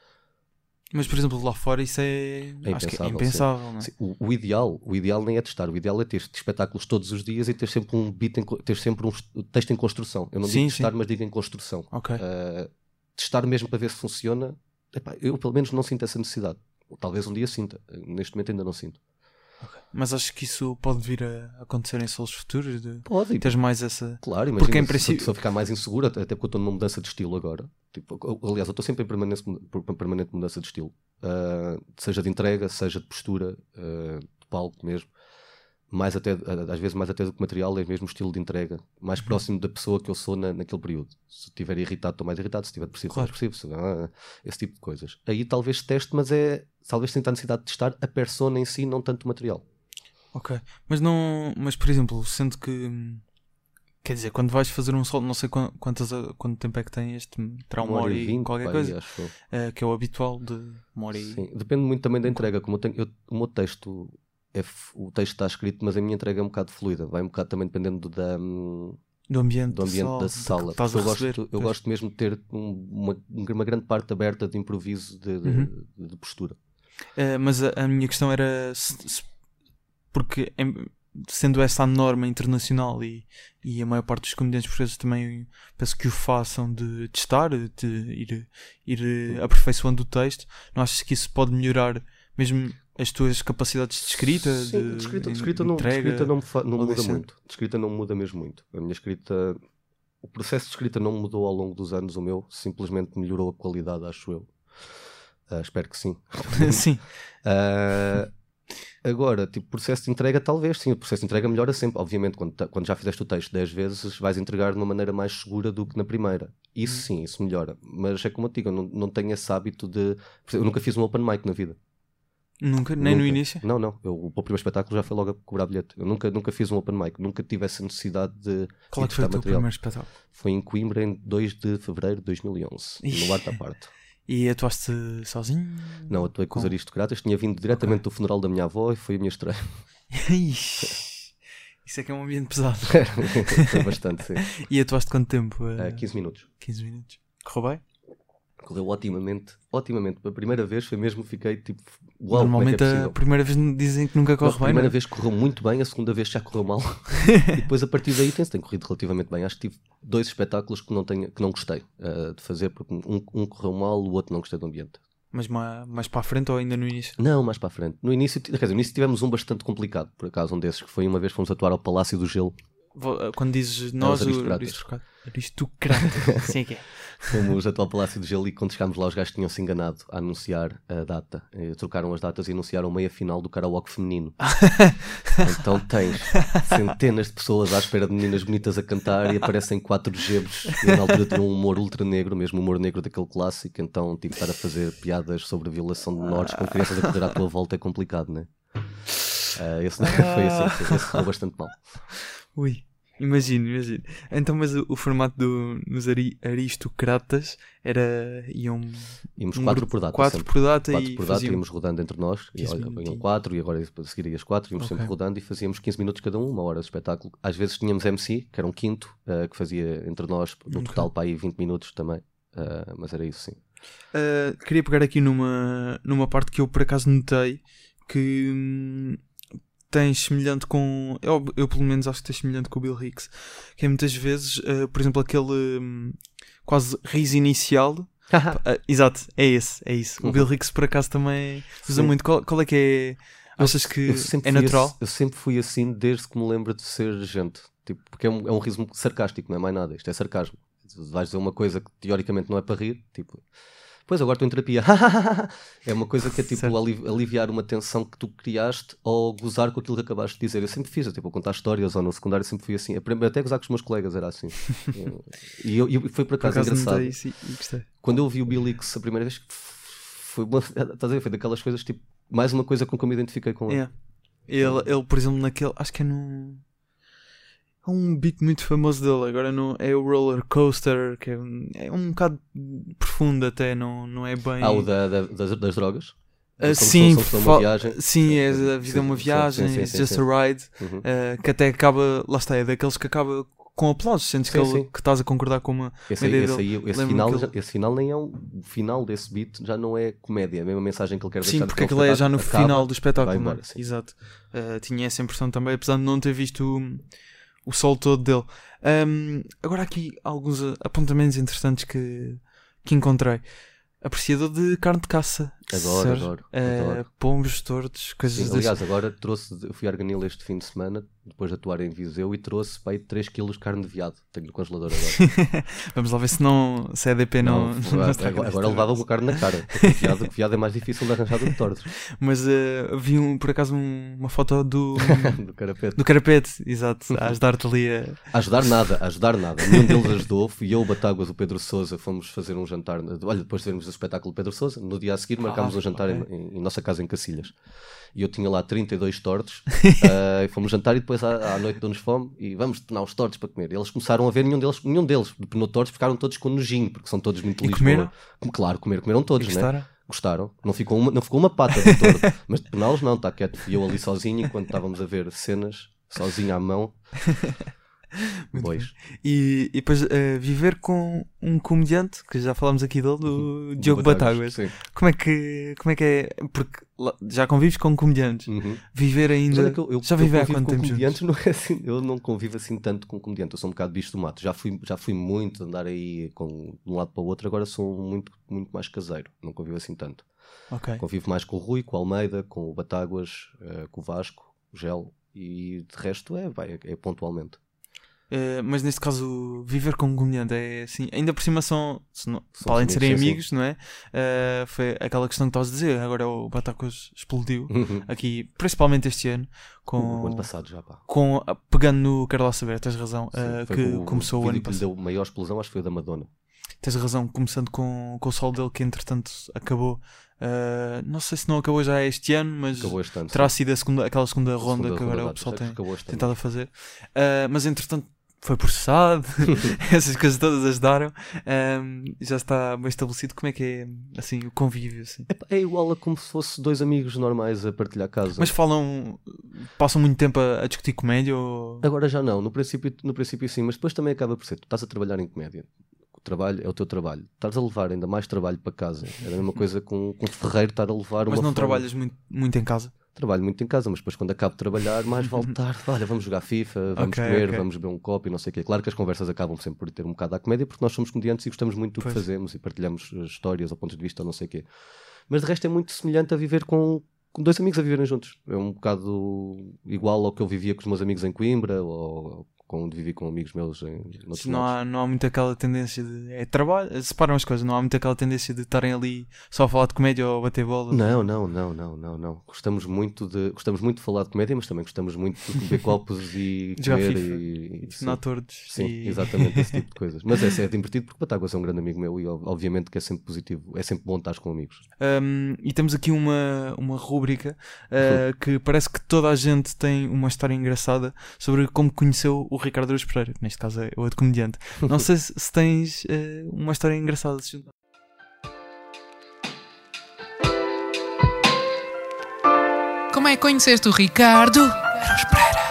Mas, por exemplo, lá fora isso é, é acho que é impensável. Sim. Não é? Sim, o, o, ideal, o ideal nem é testar, o ideal é ter espetáculos todos os dias e ter sempre um beat, em, ter sempre um texto em construção. Eu não sim, digo testar, sim. mas digo em construção. Okay. Uh, testar mesmo para ver se funciona, epá, eu pelo menos não sinto essa necessidade. Talvez um dia sinta, neste momento ainda não sinto. Okay. Mas acho que isso pode vir a acontecer em solos futuros? De pode. Teres mais essa... Claro, imagina, porque em princípio... se eu ficar mais inseguro, até porque eu estou numa mudança de estilo agora. Tipo, aliás, eu estou sempre em permanente, permanente mudança de estilo. Uh, seja de entrega, seja de postura, uh, de palco mesmo. Mais até, às vezes mais até do que material, é mesmo estilo de entrega. Mais uhum. próximo da pessoa que eu sou na, naquele período. Se estiver irritado, estou mais irritado. Se estiver depressivo, estou claro. mais depressivo. Ah, esse tipo de coisas. Aí talvez teste, mas é... Talvez sinta a necessidade de testar a persona em si, não tanto o material. Ok. Mas não... Mas, por exemplo, sendo que... Quer dizer, quando vais fazer um solo, não sei quantas, quanto tempo é que tem este, terá uma, uma hora e vinte, qualquer pai, coisa, acho. Uh, que é o habitual de uma hora e... Sim, depende muito também da entrega. Como eu tenho, eu, o meu texto, é, o texto está escrito, mas a minha entrega é um bocado fluida. Vai um bocado também dependendo da, do ambiente, do ambiente sol, da sala. Eu, receber, gosto, eu gosto mesmo de ter um, uma, uma grande parte aberta de improviso, de, de, uhum. de, de postura. Uh, mas a, a minha questão era... Se, se, porque... Em, sendo essa a norma internacional e, e a maior parte dos comediantes portugueses também penso que o façam de testar, de ir, ir aperfeiçoando o texto, não achas que isso pode melhorar mesmo as tuas capacidades de escrita? Sim, de, de escrita, de escrita, não, entrega, de escrita não, fa- não muda deixar? muito. De escrita não muda mesmo muito. A minha escrita, o processo de escrita não mudou ao longo dos anos, o meu simplesmente melhorou a qualidade, acho eu. Uh, espero que sim. Sim. Uh, Agora, tipo, processo de entrega, talvez, sim, o processo de entrega melhora sempre. Obviamente, quando, quando já fizeste o texto dez vezes, vais entregar de uma maneira mais segura do que na primeira. Isso Uhum. sim, isso melhora. Mas é como eu digo, eu não, não tenho esse hábito de... Eu nunca fiz um open mic na vida. Nunca? Nem no Nunca. início? Não, não. Eu, o primeiro espetáculo já foi logo a cobrar bilhete. Eu nunca, nunca fiz um open mic. Nunca tive essa necessidade de... Qual é que foi o teu material. primeiro espetáculo? Foi em Coimbra em dois de fevereiro de dois mil e onze, Ixi. no Arte à Parte. E atuaste sozinho? Não, atuei com os Com- aristocratas. Tinha vindo diretamente do funeral da minha avó e foi a minha estreia. Ixi. Isso é que é um ambiente pesado. Foi bastante, sim. E atuaste quanto tempo? Uh, Uh, quinze minutos. quinze minutos. Correu bem? Correu otimamente, otimamente. A primeira vez foi mesmo, fiquei tipo, uau, Normalmente como é que é a possível? primeira vez dizem que nunca Não, corre a bem, primeira não é? vez correu muito bem, a segunda vez já correu mal. E depois a partir daí tem, tem corrido relativamente bem. Acho que tive dois espetáculos que não, tenho, que não gostei uh, de fazer, porque um, um correu mal, o outro não gostei do ambiente. Mas mais, mais para a frente ou ainda no início? Não, mais para a frente. No início, quer dizer, no início tivemos um bastante complicado, por acaso, um desses, que foi uma vez fomos atuar ao Palácio do Gelo. Vo- Quando dizes nós, os o aristocratas. aristocrata. Aristocrata. Sim é que é. Fomos atuar ao Palácio do Gelo e quando chegámos lá os gajos tinham-se enganado a anunciar a data. E trocaram as datas e anunciaram meia final do karaoke feminino. Então tens centenas de pessoas à espera de meninas bonitas a cantar e aparecem quatro gebos. E eu, na altura tinha um humor ultra negro, mesmo humor negro daquele clássico. Então, tipo, estar a fazer piadas sobre violação de menores com crianças a correr à tua volta é complicado, né? Uh, esse foi assim, esse correu bastante mal. Ui, imagino, imagino. Então, mas o, o formato do, nos ari- aristocratas era. Iam. Íamos um quatro grupo- por data. Quatro sempre. por data quatro e por data, faziam- íamos rodando entre nós. E, quinze olha, iam minutinhos. quatro e agora a seguir ia as quatro, íamos Ok. sempre rodando e fazíamos quinze minutos cada um, uma hora de espetáculo. Às vezes tínhamos M C, que era um quinto, uh, que fazia entre nós, no Ok. total para aí vinte minutos também. Uh, mas era isso, sim. Uh, queria pegar aqui numa, numa parte que eu por acaso notei que hum, tens semelhante com. Eu, eu pelo menos acho que tens semelhante com o Bill Hicks, que é muitas vezes, uh, por exemplo, aquele hum, quase riso inicial. Uh, exato, é esse, é isso. O Uhum. Bill Hicks por acaso também usa Sim. muito. Qual, qual é que é? Achas que Eu sempre é fui natural? assim- eu sempre fui assim desde que me lembro de ser gente. Tipo, porque é um, é um riso sarcástico, não é mais nada. Isto é sarcasmo. Vais dizer uma coisa que teoricamente não é para rir, tipo, pois agora estou em terapia. É uma coisa que é tipo Certo. ali- aliviar uma tensão que tu criaste ou gozar com aquilo que acabaste de dizer. Eu sempre fiz, eu, tipo, a contar histórias ou no secundário sempre fui assim. A primeira- Até gozar com os meus colegas era assim. Eu- E eu, e foi por Por acaso, acaso engraçado. notei isso e, e gostei. Quando eu vi o Bill Hicks a primeira vez, foi, uma, estás a ver, foi daquelas coisas, tipo, mais uma coisa com que eu me identifiquei com ele. Yeah. Ele, ele, por exemplo, naquele. Acho que é no. É um beat muito famoso dele. Agora não, é o Roller Coaster, que é um, é um bocado profundo até, não, não é bem. Ah, o da, da- das, das drogas? Ah, Como sim, se fosse uma fa- viagem. sim, é, Sim, a vida é uma sim, viagem, sim, sim, it's sim, just sim. a ride, Uhum. ah, que até acaba, lá está, é daqueles que acaba com aplausos, sentes Sim, que, ele- sim. que estás a concordar com uma, Esse, uma aí, ideia esse, dele. aí, esse, Lembro-me final, que já- ele- esse final nem é um, o final desse beat já não é comédia, é a mesma mensagem que ele quer deixar. Sim, de porque que aquilo é já no acaba, final do espetáculo, vai não é? embora, sim. Exato. Ah, tinha essa impressão também, apesar de não ter visto o, o solo todo dele. Ahm, agora aqui alguns ah, apontamentos interessantes que, que encontrei. Apreciador de carne de caça. Adoro, certo? adoro, Ah, adoro. Pombos, tortos, coisas Sim, desse. aliás, agora trouxe, eu fui a Arganil este fim de semana, depois de atuar em Viseu, e trouxe para aí três quilos de carne de veado. Tenho no congelador agora. Vamos lá ver se não se a E D P não, Não, não estraga agora, isto. agora levava com carne na cara. Porque viado, viado é mais difícil de arranjar do que tortos. Mas ah, vi um, por acaso um- uma foto do, Do carapete. do carapete, exato, a ajudar-te ali a. Ajudar nada, ajudar nada. Nenhum deles ajudou. Fui eu, o Batáguas, o Pedro Sousa, fomos fazer um jantar. Olha, depois de vermos o espetáculo do Pedro Sousa, no dia a seguir marcámos Ah, um jantar ok. em, em- em nossa casa em Cacilhas. E eu tinha lá trinta e dois tortos. ah, e fomos jantar e depois à, à noite deu-nos fome e vamos penar os tortos para comer. E eles começaram a ver, nenhum deles, nenhum deles penou tortos, ficaram todos com nojinho, porque são todos muito E Lisboa. comeram? Como, claro, comer, comeram E todos, né? gostaram? Gostaram. Não ficou uma, não ficou uma pata do torto. Mas de pená-los não, está quieto. Fui eu ali sozinho enquanto estávamos a ver cenas, sozinho à mão. Muito Pois. E, e depois eh, viver com um comediante, que já falámos aqui dele, do Diogo Batáguas, Batáguas. sim. Como é que, como é que é? Porque lá- já convives com comediantes. Uhum. Viver Mas ainda. olha que eu, eu, já eu vive há convivo quanto com tempo comediantes, juntos? não é assim, eu não convivo assim tanto com comediante, eu sou um bocado bicho do mato. Já fui, já fui muito andar aí com, de um lado para o outro, agora sou muito, muito mais caseiro, não convivo assim tanto. Ok. Convivo mais com o Rui, com o Almeida, com o Batáguas, eh, com o Vasco, o Gel, e de resto é, vai, é, é pontualmente. Uh, mas neste caso, viver com um comediante é assim, ainda por cima são, se não, São para além de serem amigos, sim, amigos, não é? Uh, foi aquela questão que estavas a dizer, agora o Batacos explodiu aqui, principalmente este ano, com, o ano passado já, pá. com pegando no Quero Lá Saber, tens razão, Sim, uh, foi que o, começou o o ano vídeo que lhe passado. deu maior explosão, acho que foi o da Madonna. Tens razão, começando com, com o solo dele, que entretanto acabou. Uh, não sei se não acabou já este ano, mas Acabou este ano, terá sim. sido a segunda, aquela segunda A ronda segunda que ronda agora de o pessoal datas, tem acho que acabou este ano. tentado a fazer. Uh, mas entretanto foi processado, essas coisas todas ajudaram. Um, já está bem estabelecido. Como é que é assim, o convívio? Assim? É, é igual a como se fosse dois amigos normais a partilhar casa. Mas falam, passam muito tempo a, a discutir comédia? Ou... Agora já não, no princípio, no princípio sim, mas depois também acaba por ser. Tu estás a trabalhar em comédia, o trabalho é o teu trabalho, estás a levar ainda mais trabalho para casa. É a mesma coisa com, com um ferreiro estar a levar mas uma. não forma... trabalhas muito, muito em casa? Trabalho muito em casa, mas depois quando acabo de trabalhar, mais vale tarde. Olha, vamos jogar FIFA, vamos Ok, comer, ok. vamos beber um copo e não sei o quê. Claro que as conversas acabam sempre por ter um bocado à comédia, porque nós somos comediantes e gostamos muito do que Pois. fazemos e partilhamos uh, histórias ou pontos de vista ou não sei o quê. Mas de resto é muito semelhante a viver com, com dois amigos a viverem juntos. É um bocado igual ao que eu vivia com os meus amigos em Coimbra ou quando vivi com amigos meus em outros Não lados. há, não há muito aquela tendência de. É trabalho, separam as coisas, não há muito aquela tendência de estarem ali só a falar de comédia ou a bater bola. Não, não, não, não, não, não. Gostamos muito de, gostamos muito de falar de comédia, mas também gostamos muito de beber copos e Jogar comer FIFA. e, E ensinar todos. Sim, e... exatamente esse tipo de coisas. Mas é, é divertido porque Batáguas é um grande amigo meu e obviamente que é sempre positivo, é sempre bom estar com amigos. Um, e temos aqui uma, uma rúbrica uh, que parece que toda a gente tem uma história engraçada sobre como conheceu o Ricardo Araújo Pereira, que neste caso é o outro comediante. Não sei se, se tens uh, uma história engraçada de se juntar. Como é que conheceste o Ricardo Araújo Pereira?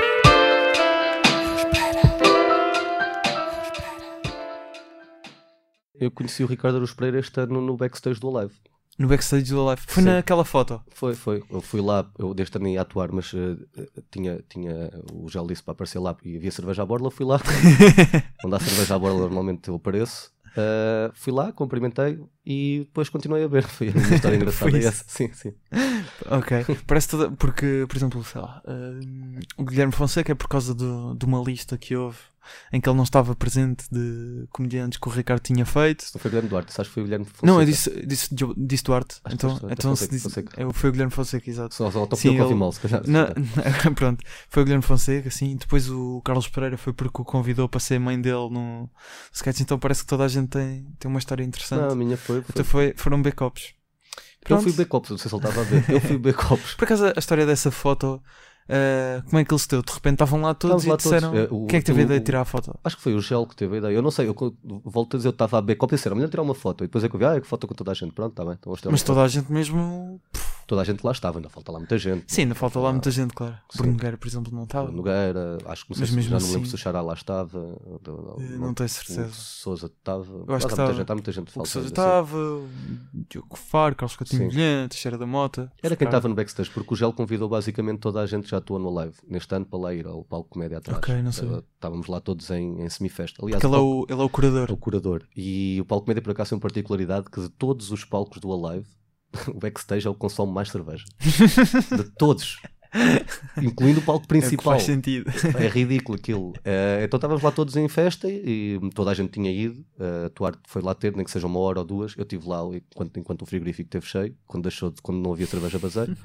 Eu conheci o Ricardo Araújo Pereira este ano no backstage do Alive. No backstage do Live. Foi Sim. naquela foto. Foi, foi. Eu fui lá, eu deste ano ia atuar, mas uh, tinha, tinha o gel disse para aparecer lá e havia cerveja à borla, fui lá. Onde há cerveja à borla normalmente eu apareço. Uh, fui lá, cumprimentei e depois continuei a ver. Foi a minha história engraçada Foi isso. essa. Sim, sim. Ok. Parece toda. Porque, por exemplo, sei lá, uh, o Guilherme Fonseca é por causa do, de uma lista que houve em que ele não estava presente de comediantes que o Ricardo tinha feito. Não foi o Guilherme Duarte, sabes que foi o Guilherme Fonseca? Não, eu disse, disse, Jo- disse Duarte. Acho que Então, foste- então se Fonseca, diz, Fonseca. eu, foi o Guilherme Fonseca, exato. Só, só Sim, o Coffee ele- Mall, se calhar. Não, não, pronto, foi o Guilherme Fonseca, sim. Depois o Carlos Pereira foi porque o convidou para ser mãe dele no sketch. Então parece que toda a gente tem, tem uma história interessante. Não, a minha foi. foi. Então foi, foram backups. Eu Pronto. fui beber copos, não sei se ele estava a ver. Eu fui beber copos. Por acaso a história dessa foto, uh, como é que ele se deu? De repente estavam lá todos Estávamos lá e disseram. todos. É, o- Quem é que teve a o- ideia de tirar a foto? Acho que foi o Gel que teve a ideia. Eu não sei, eu co- volto a dizer, eu estava a beber copos e disseram, melhor tirar uma foto. E depois é que eu vi, ah, é que foto com toda a gente. Pronto, está bem. Então vamos tirar Mas uma toda a gente mesmo. foto. Toda a gente lá estava, ainda falta lá muita gente. Sim, ainda falta lá Ah, muita gente, claro. sim. Bruno Nogueira, por exemplo, não estava. Nogueira, acho que não sei Mas se mesmo já não me lembro assim- se o Xará lá estava. Eh, não tenho certeza. O Sousa estava. Eu acho que há muita estava. gente, há muita gente. O que falta Sousa ainda, sim. estava, o Diogo Faro, Carlos Coutinho Sim. Vilhena, Teixeira da Mota. Era quem Ricardo. estava no backstage, porque o Gel convidou basicamente toda a gente que já atuou no live neste ano para lá ir ao palco comédia atrás. Ok, não sabia. Eh, Estávamos lá todos em, em semifesta. Aliás, Porque ele é palco- o, ele é o curador. é o curador. E o palco comédia por acaso tem uma particularidade que de todos os palcos do Alive, o backstage é o que consome mais cerveja. De todos. Incluindo o palco É o que principal. faz sentido. É ridículo aquilo. Eh, então estávamos lá todos em festa e, e toda a gente tinha ido. Uh, atuar foi lá ter, nem que seja uma hora ou duas. Eu estive lá enquanto, enquanto o frigorífico esteve cheio, quando, deixou de, quando não havia cerveja baseira.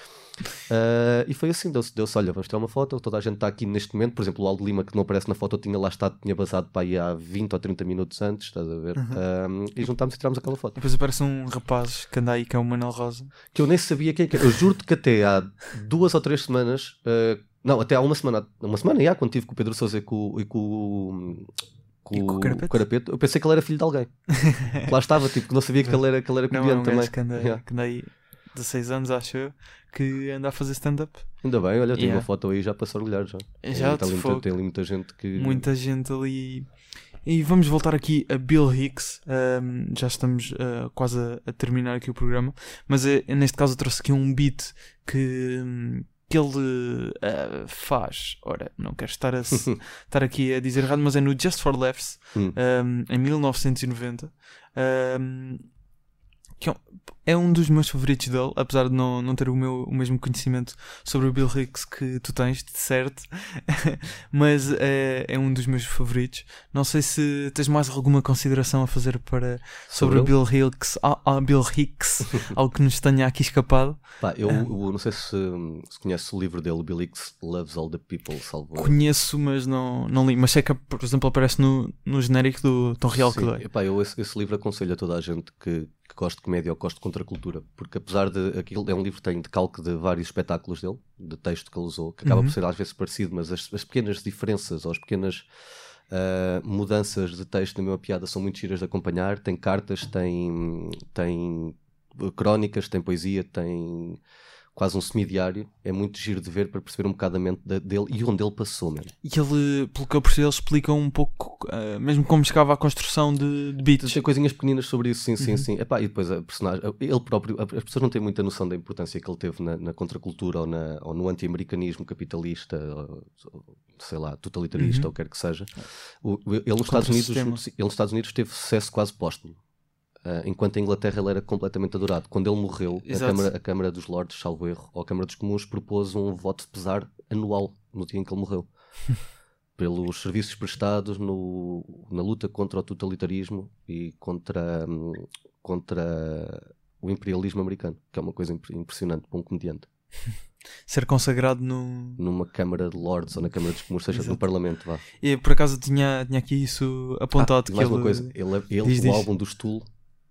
Uh, e foi assim, deu-se, deu-se, olha, vamos tirar uma foto, toda a gente está aqui neste momento. Por exemplo, o Aldo Lima, que não aparece na foto, tinha lá estado, tinha basado para aí há vinte ou trinta minutos antes, estás a ver? Um, e juntámos e tirámos aquela foto. Depois aparece um rapaz que anda aí, que é o Manuel Rosa. Que eu nem sabia quem que era. Eu juro-te que até há duas ou três semanas, uh, não, até há uma semana, uma semana já, quando estive com o Pedro Sousa e com, e com, com, E com o Carapeto? Carapeto, eu pensei que ele era filho de alguém. Que lá estava, tipo, que não sabia que ele era, que ele era Não, é comediante um também. gajo que anda, Yeah. que anda aí dezasseis anos, acho eu, que anda a fazer stand-up. Ainda bem, olha, tem Yeah. uma foto aí já para se orgulhar. Já, Já, tem, de ali fogo. muita, tem ali muita gente que. Muita gente ali. E vamos voltar aqui a Bill Hicks. Um, já estamos uh, quase a, a terminar aqui o programa, mas uh, neste caso eu trouxe aqui um beat que, um, que ele uh, faz. Ora, não quero estar, a, estar aqui a dizer errado, mas é no Just for Laughs, Hum. um, em mil novecentos e noventa. Um, que é um- é um dos meus favoritos dele, apesar de não, não ter o, meu, o mesmo conhecimento sobre o Bill Hicks que tu tens, de certo. Mas é, é um dos meus favoritos. Não sei se tens mais alguma consideração a fazer para, sobre, sobre o Bill Hicks, ah, ah, Bill Hicks, algo que nos tenha aqui escapado. Pá, eu, eu não sei se, se conheces o livro dele, Bill Hicks Loves All the People, salvo. Conheço, mas não, não li. Mas sei que, por exemplo, aparece no, no genérico do Tom Real que dói. Epá, eu esse, esse livro aconselho a toda a gente que, que gosta de comédia ou gosta de contracultura, porque apesar de aquilo é um livro que tem decalque de vários espetáculos dele, de texto que ele usou, que acaba uhum. por ser às vezes parecido, mas as, as pequenas diferenças ou as pequenas uh, mudanças de texto na mesma piada são muito giras de acompanhar. Tem cartas, tem, tem crónicas, tem poesia, tem quase um semidiário. É muito giro de ver para perceber um bocado a mente dele e onde ele passou, mano. E ele, pelo que eu percebi, ele explica um pouco, uh, mesmo como chegava à construção de, de beats. Tem coisinhas pequeninas sobre isso, sim, uhum. sim, sim. Epá, e depois a personagem, ele próprio, as pessoas não têm muita noção da importância que ele teve na, na contracultura ou, na, ou no anti-americanismo capitalista, ou, sei lá, totalitarista, uhum. ou quer que seja. O, ele, nos Estados Unidos, ele nos Estados Unidos teve sucesso quase póstumo. Uh, enquanto em Inglaterra ele era completamente adorado. Quando ele morreu, a Câmara, a Câmara dos Lordes, salvo erro, ou a Câmara dos Comuns, propôs um voto de pesar anual no dia em que ele morreu. Pelos serviços prestados no, na luta contra o totalitarismo e contra, um, contra o imperialismo americano, que é uma coisa impressionante para um comediante. Ser consagrado no... numa Câmara de Lordes ou na Câmara dos Comuns, seja no Parlamento, vá. E por acaso tinha, tinha aqui isso apontado. Ah, que mais ele... uma coisa, ele, ele diz, o diz. álbum do Stool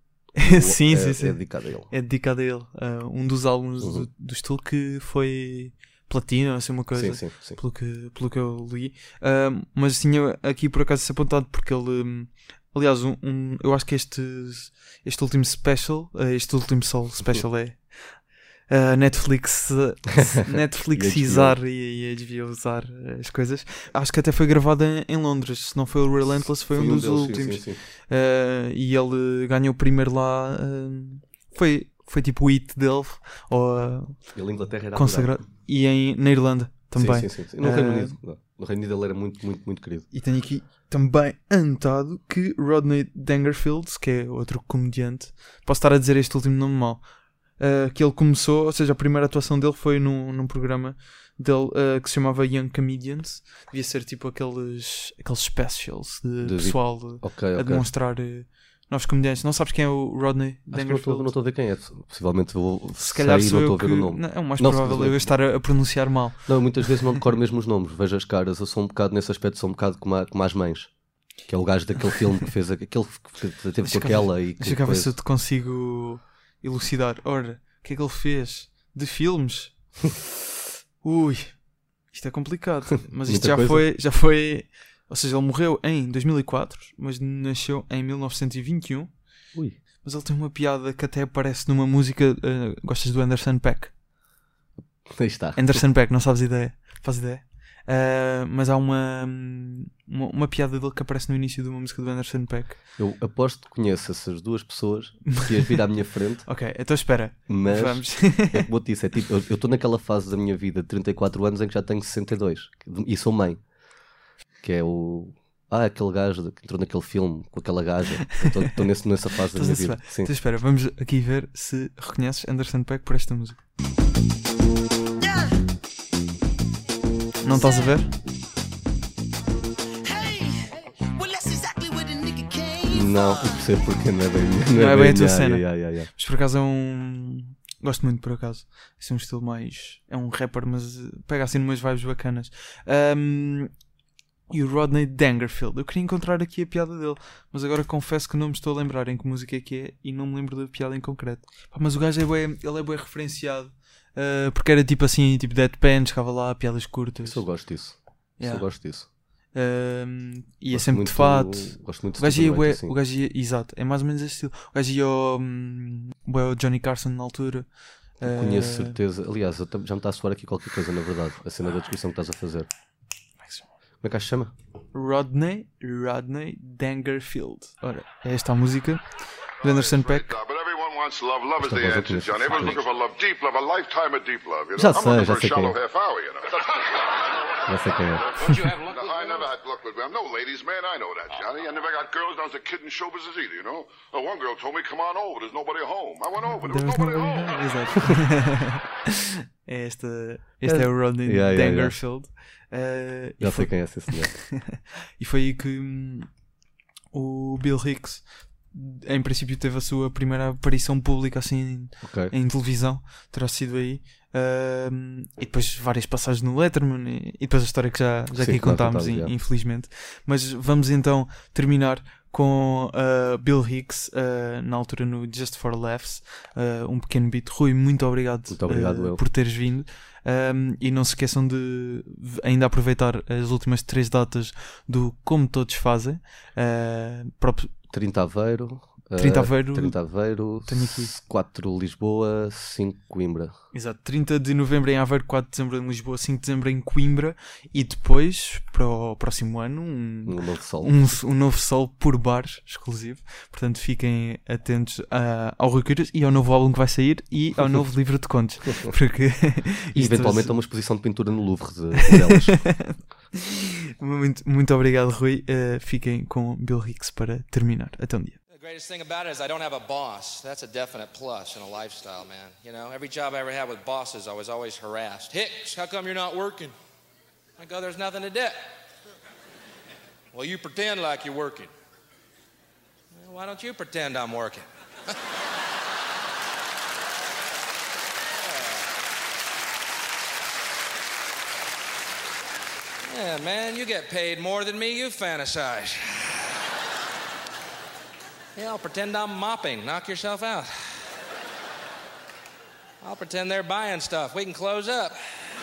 sim, é, sim, sim. é dedicado a ele. É dedicado a ele. Uh, um dos álbuns uhum. do, do Stool que foi platina, assim, uma coisa, sim, sim, sim. Pelo, que, pelo que eu li. Uh, mas tinha aqui por acaso isso apontado porque ele, um, aliás, um, um, eu acho que este, este último special, uh, este último Soul special é Uh, Netflix uh, Netflixizar e, e H B O usar as coisas. Acho que até foi gravado em, em Londres. Se não foi o Relentless, foi, foi um, um dos deles, últimos. Sim, sim, sim. Uh, e ele ganhou primeiro lá. Uh, foi, foi tipo o hit dele. Ou, uh, ele em Inglaterra era consagrado. E em, na Irlanda também. Sim, sim, sim, sim. No uh, Reino Unido. Não. No Reino Unido ele era muito, muito, muito querido. E tenho aqui também anotado que Rodney Dangerfield, que é outro comediante, posso estar a dizer este último nome mal. Uh, que ele começou, ou seja, a primeira atuação dele foi num, num programa dele uh, que se chamava Young Comedians. Devia ser tipo aqueles, aqueles specials de, de pessoal de, okay, a okay. demonstrar uh, novos comediantes. Não sabes quem é o Rodney Dangerfield? Não estou a ver quem é. Possivelmente vou se calhar sair, sou não eu estou a ver o nome. Não, é o mais não, provável eu estar a, a pronunciar mal. Não, muitas vezes não decoro mesmo os nomes. Vejo as caras. Eu sou um bocado nesse aspecto, sou um bocado como, a, como as mães. Que é o gajo daquele filme que fez aquele que teve deixa com aquela e deixa cá ver se eu te consigo elucidar. Ora, o que é que ele fez? De filmes? Ui, isto é complicado. Mas isto já foi, já foi. Ou seja, ele morreu em dois mil e quatro, mas nasceu em mil novecentos e vinte e um. Ui. Mas ele tem uma piada que até aparece numa música. Uh, gostas do Anderson .Paak? Aí está. Anderson .Paak, não sabes ideia? Faz ideia? Uh, mas há uma, uma uma piada dele que aparece no início de uma música do Anderson .Paak. Eu aposto que conheço essas duas pessoas que ias vir à minha frente. Ok, então espera. Mas vamos. É como eu te disse, é tipo, eu estou naquela fase da minha vida de trinta e quatro anos em que já tenho sessenta e dois e sou mãe. Que é o... Ah, aquele gajo que entrou naquele filme com aquela gaja. Estou nessa fase da minha vida. Sim. Então espera, vamos aqui ver se reconheces Anderson .Paak por esta música. Não estás a ver? Não, percebo porque não é bem, não não é é bem, bem a tua yeah, cena. Yeah, yeah, yeah. Mas por acaso é um... Gosto muito por acaso. Esse é um estilo mais... É um rapper, mas pega assim umas vibes bacanas. Um... E o Rodney Dangerfield. Eu queria encontrar aqui a piada dele, mas agora confesso que não me estou a lembrar em que música é que é e não me lembro da piada em concreto. Pá, mas o gajo é bué, ele é bem referenciado. Uh, porque era tipo assim, tipo deadpan, chegava lá, piadas curtas. Isso eu gosto disso. Yeah. Isso eu gosto disso. Uh, e gosto é sempre muito, de fato. Gosto muito o gajo ia, bué, assim. o gajo ia, exato, é mais ou menos esse estilo. O gajo ia ao, um, ao Johnny Carson na altura. Uh, conheço certeza. Aliás, eu já me está a soar aqui qualquer coisa, na verdade. A cena da descrição que estás a fazer. Como é que a chama? Rodney, Rodney Dangerfield. Ora, é esta a música do Anderson .Paak. Já sei, já sei quem é. Já sei quem é. Don't you have luck with I girls? never had luck with women. I'm no ladies' man, I know that, Johnny. I never got girls when I was a kid in show business either, you know? Oh, one girl told me, come on over, there's nobody home. I went over, there was There was nobody nobody home. Exato. É esta, este é o Rodney Yeah, yeah, yeah. Dangerfield. Uh, e Já foi- sei quem é esse senhor. E foi aí que hum, o Bill Hicks, em princípio, teve a sua primeira aparição pública assim Ok. em televisão. Terá sido aí. Hum, e depois várias passagens no Letterman. E, e depois a história que já, já Sim, aqui que nós contámos, contámos, in- já. infelizmente. Mas vamos então terminar com uh, Bill Hicks, uh, na altura no Just for Laughs, uh, um pequeno beat. Rui, muito obrigado, Muito obrigado, uh, eu. por teres vindo. Um, e não se esqueçam de v- ainda aproveitar as últimas três datas do Como Todos Fazem. Uh, próprio- trinta Aveiro. eh, trinta Aveiro. trinta Aveiro. Tenho aqui. quatro Lisboa. cinco Coimbra. Exato, trinta de novembro em Aveiro, quatro de dezembro em Lisboa, cinco de dezembro em Coimbra. E depois, para o próximo ano, um, No Novo Sol. um, um novo sol por bar exclusivo. Portanto, fiquem atentos a, ao Rui Queiroz e ao novo álbum que vai sair e ao novo livro de contos. Porque E isto- eventualmente há uma exposição de pintura no Louvre de, delas. muito, muito obrigado, Rui. Uh, fiquem com Bill Hicks para terminar. Até um dia. The greatest thing about it is I don't have a boss. That's a definite plus in a lifestyle, man. You know, every job I ever had with bosses, I was always harassed. Hicks, how come you're not working? I go, there's nothing to do. Well, you pretend like you're working. Well, why don't you pretend I'm working? Yeah, man, you get paid more than me, you fantasize. Yeah, I'll pretend I'm mopping. Knock yourself out. I'll pretend they're buying stuff. We can close up.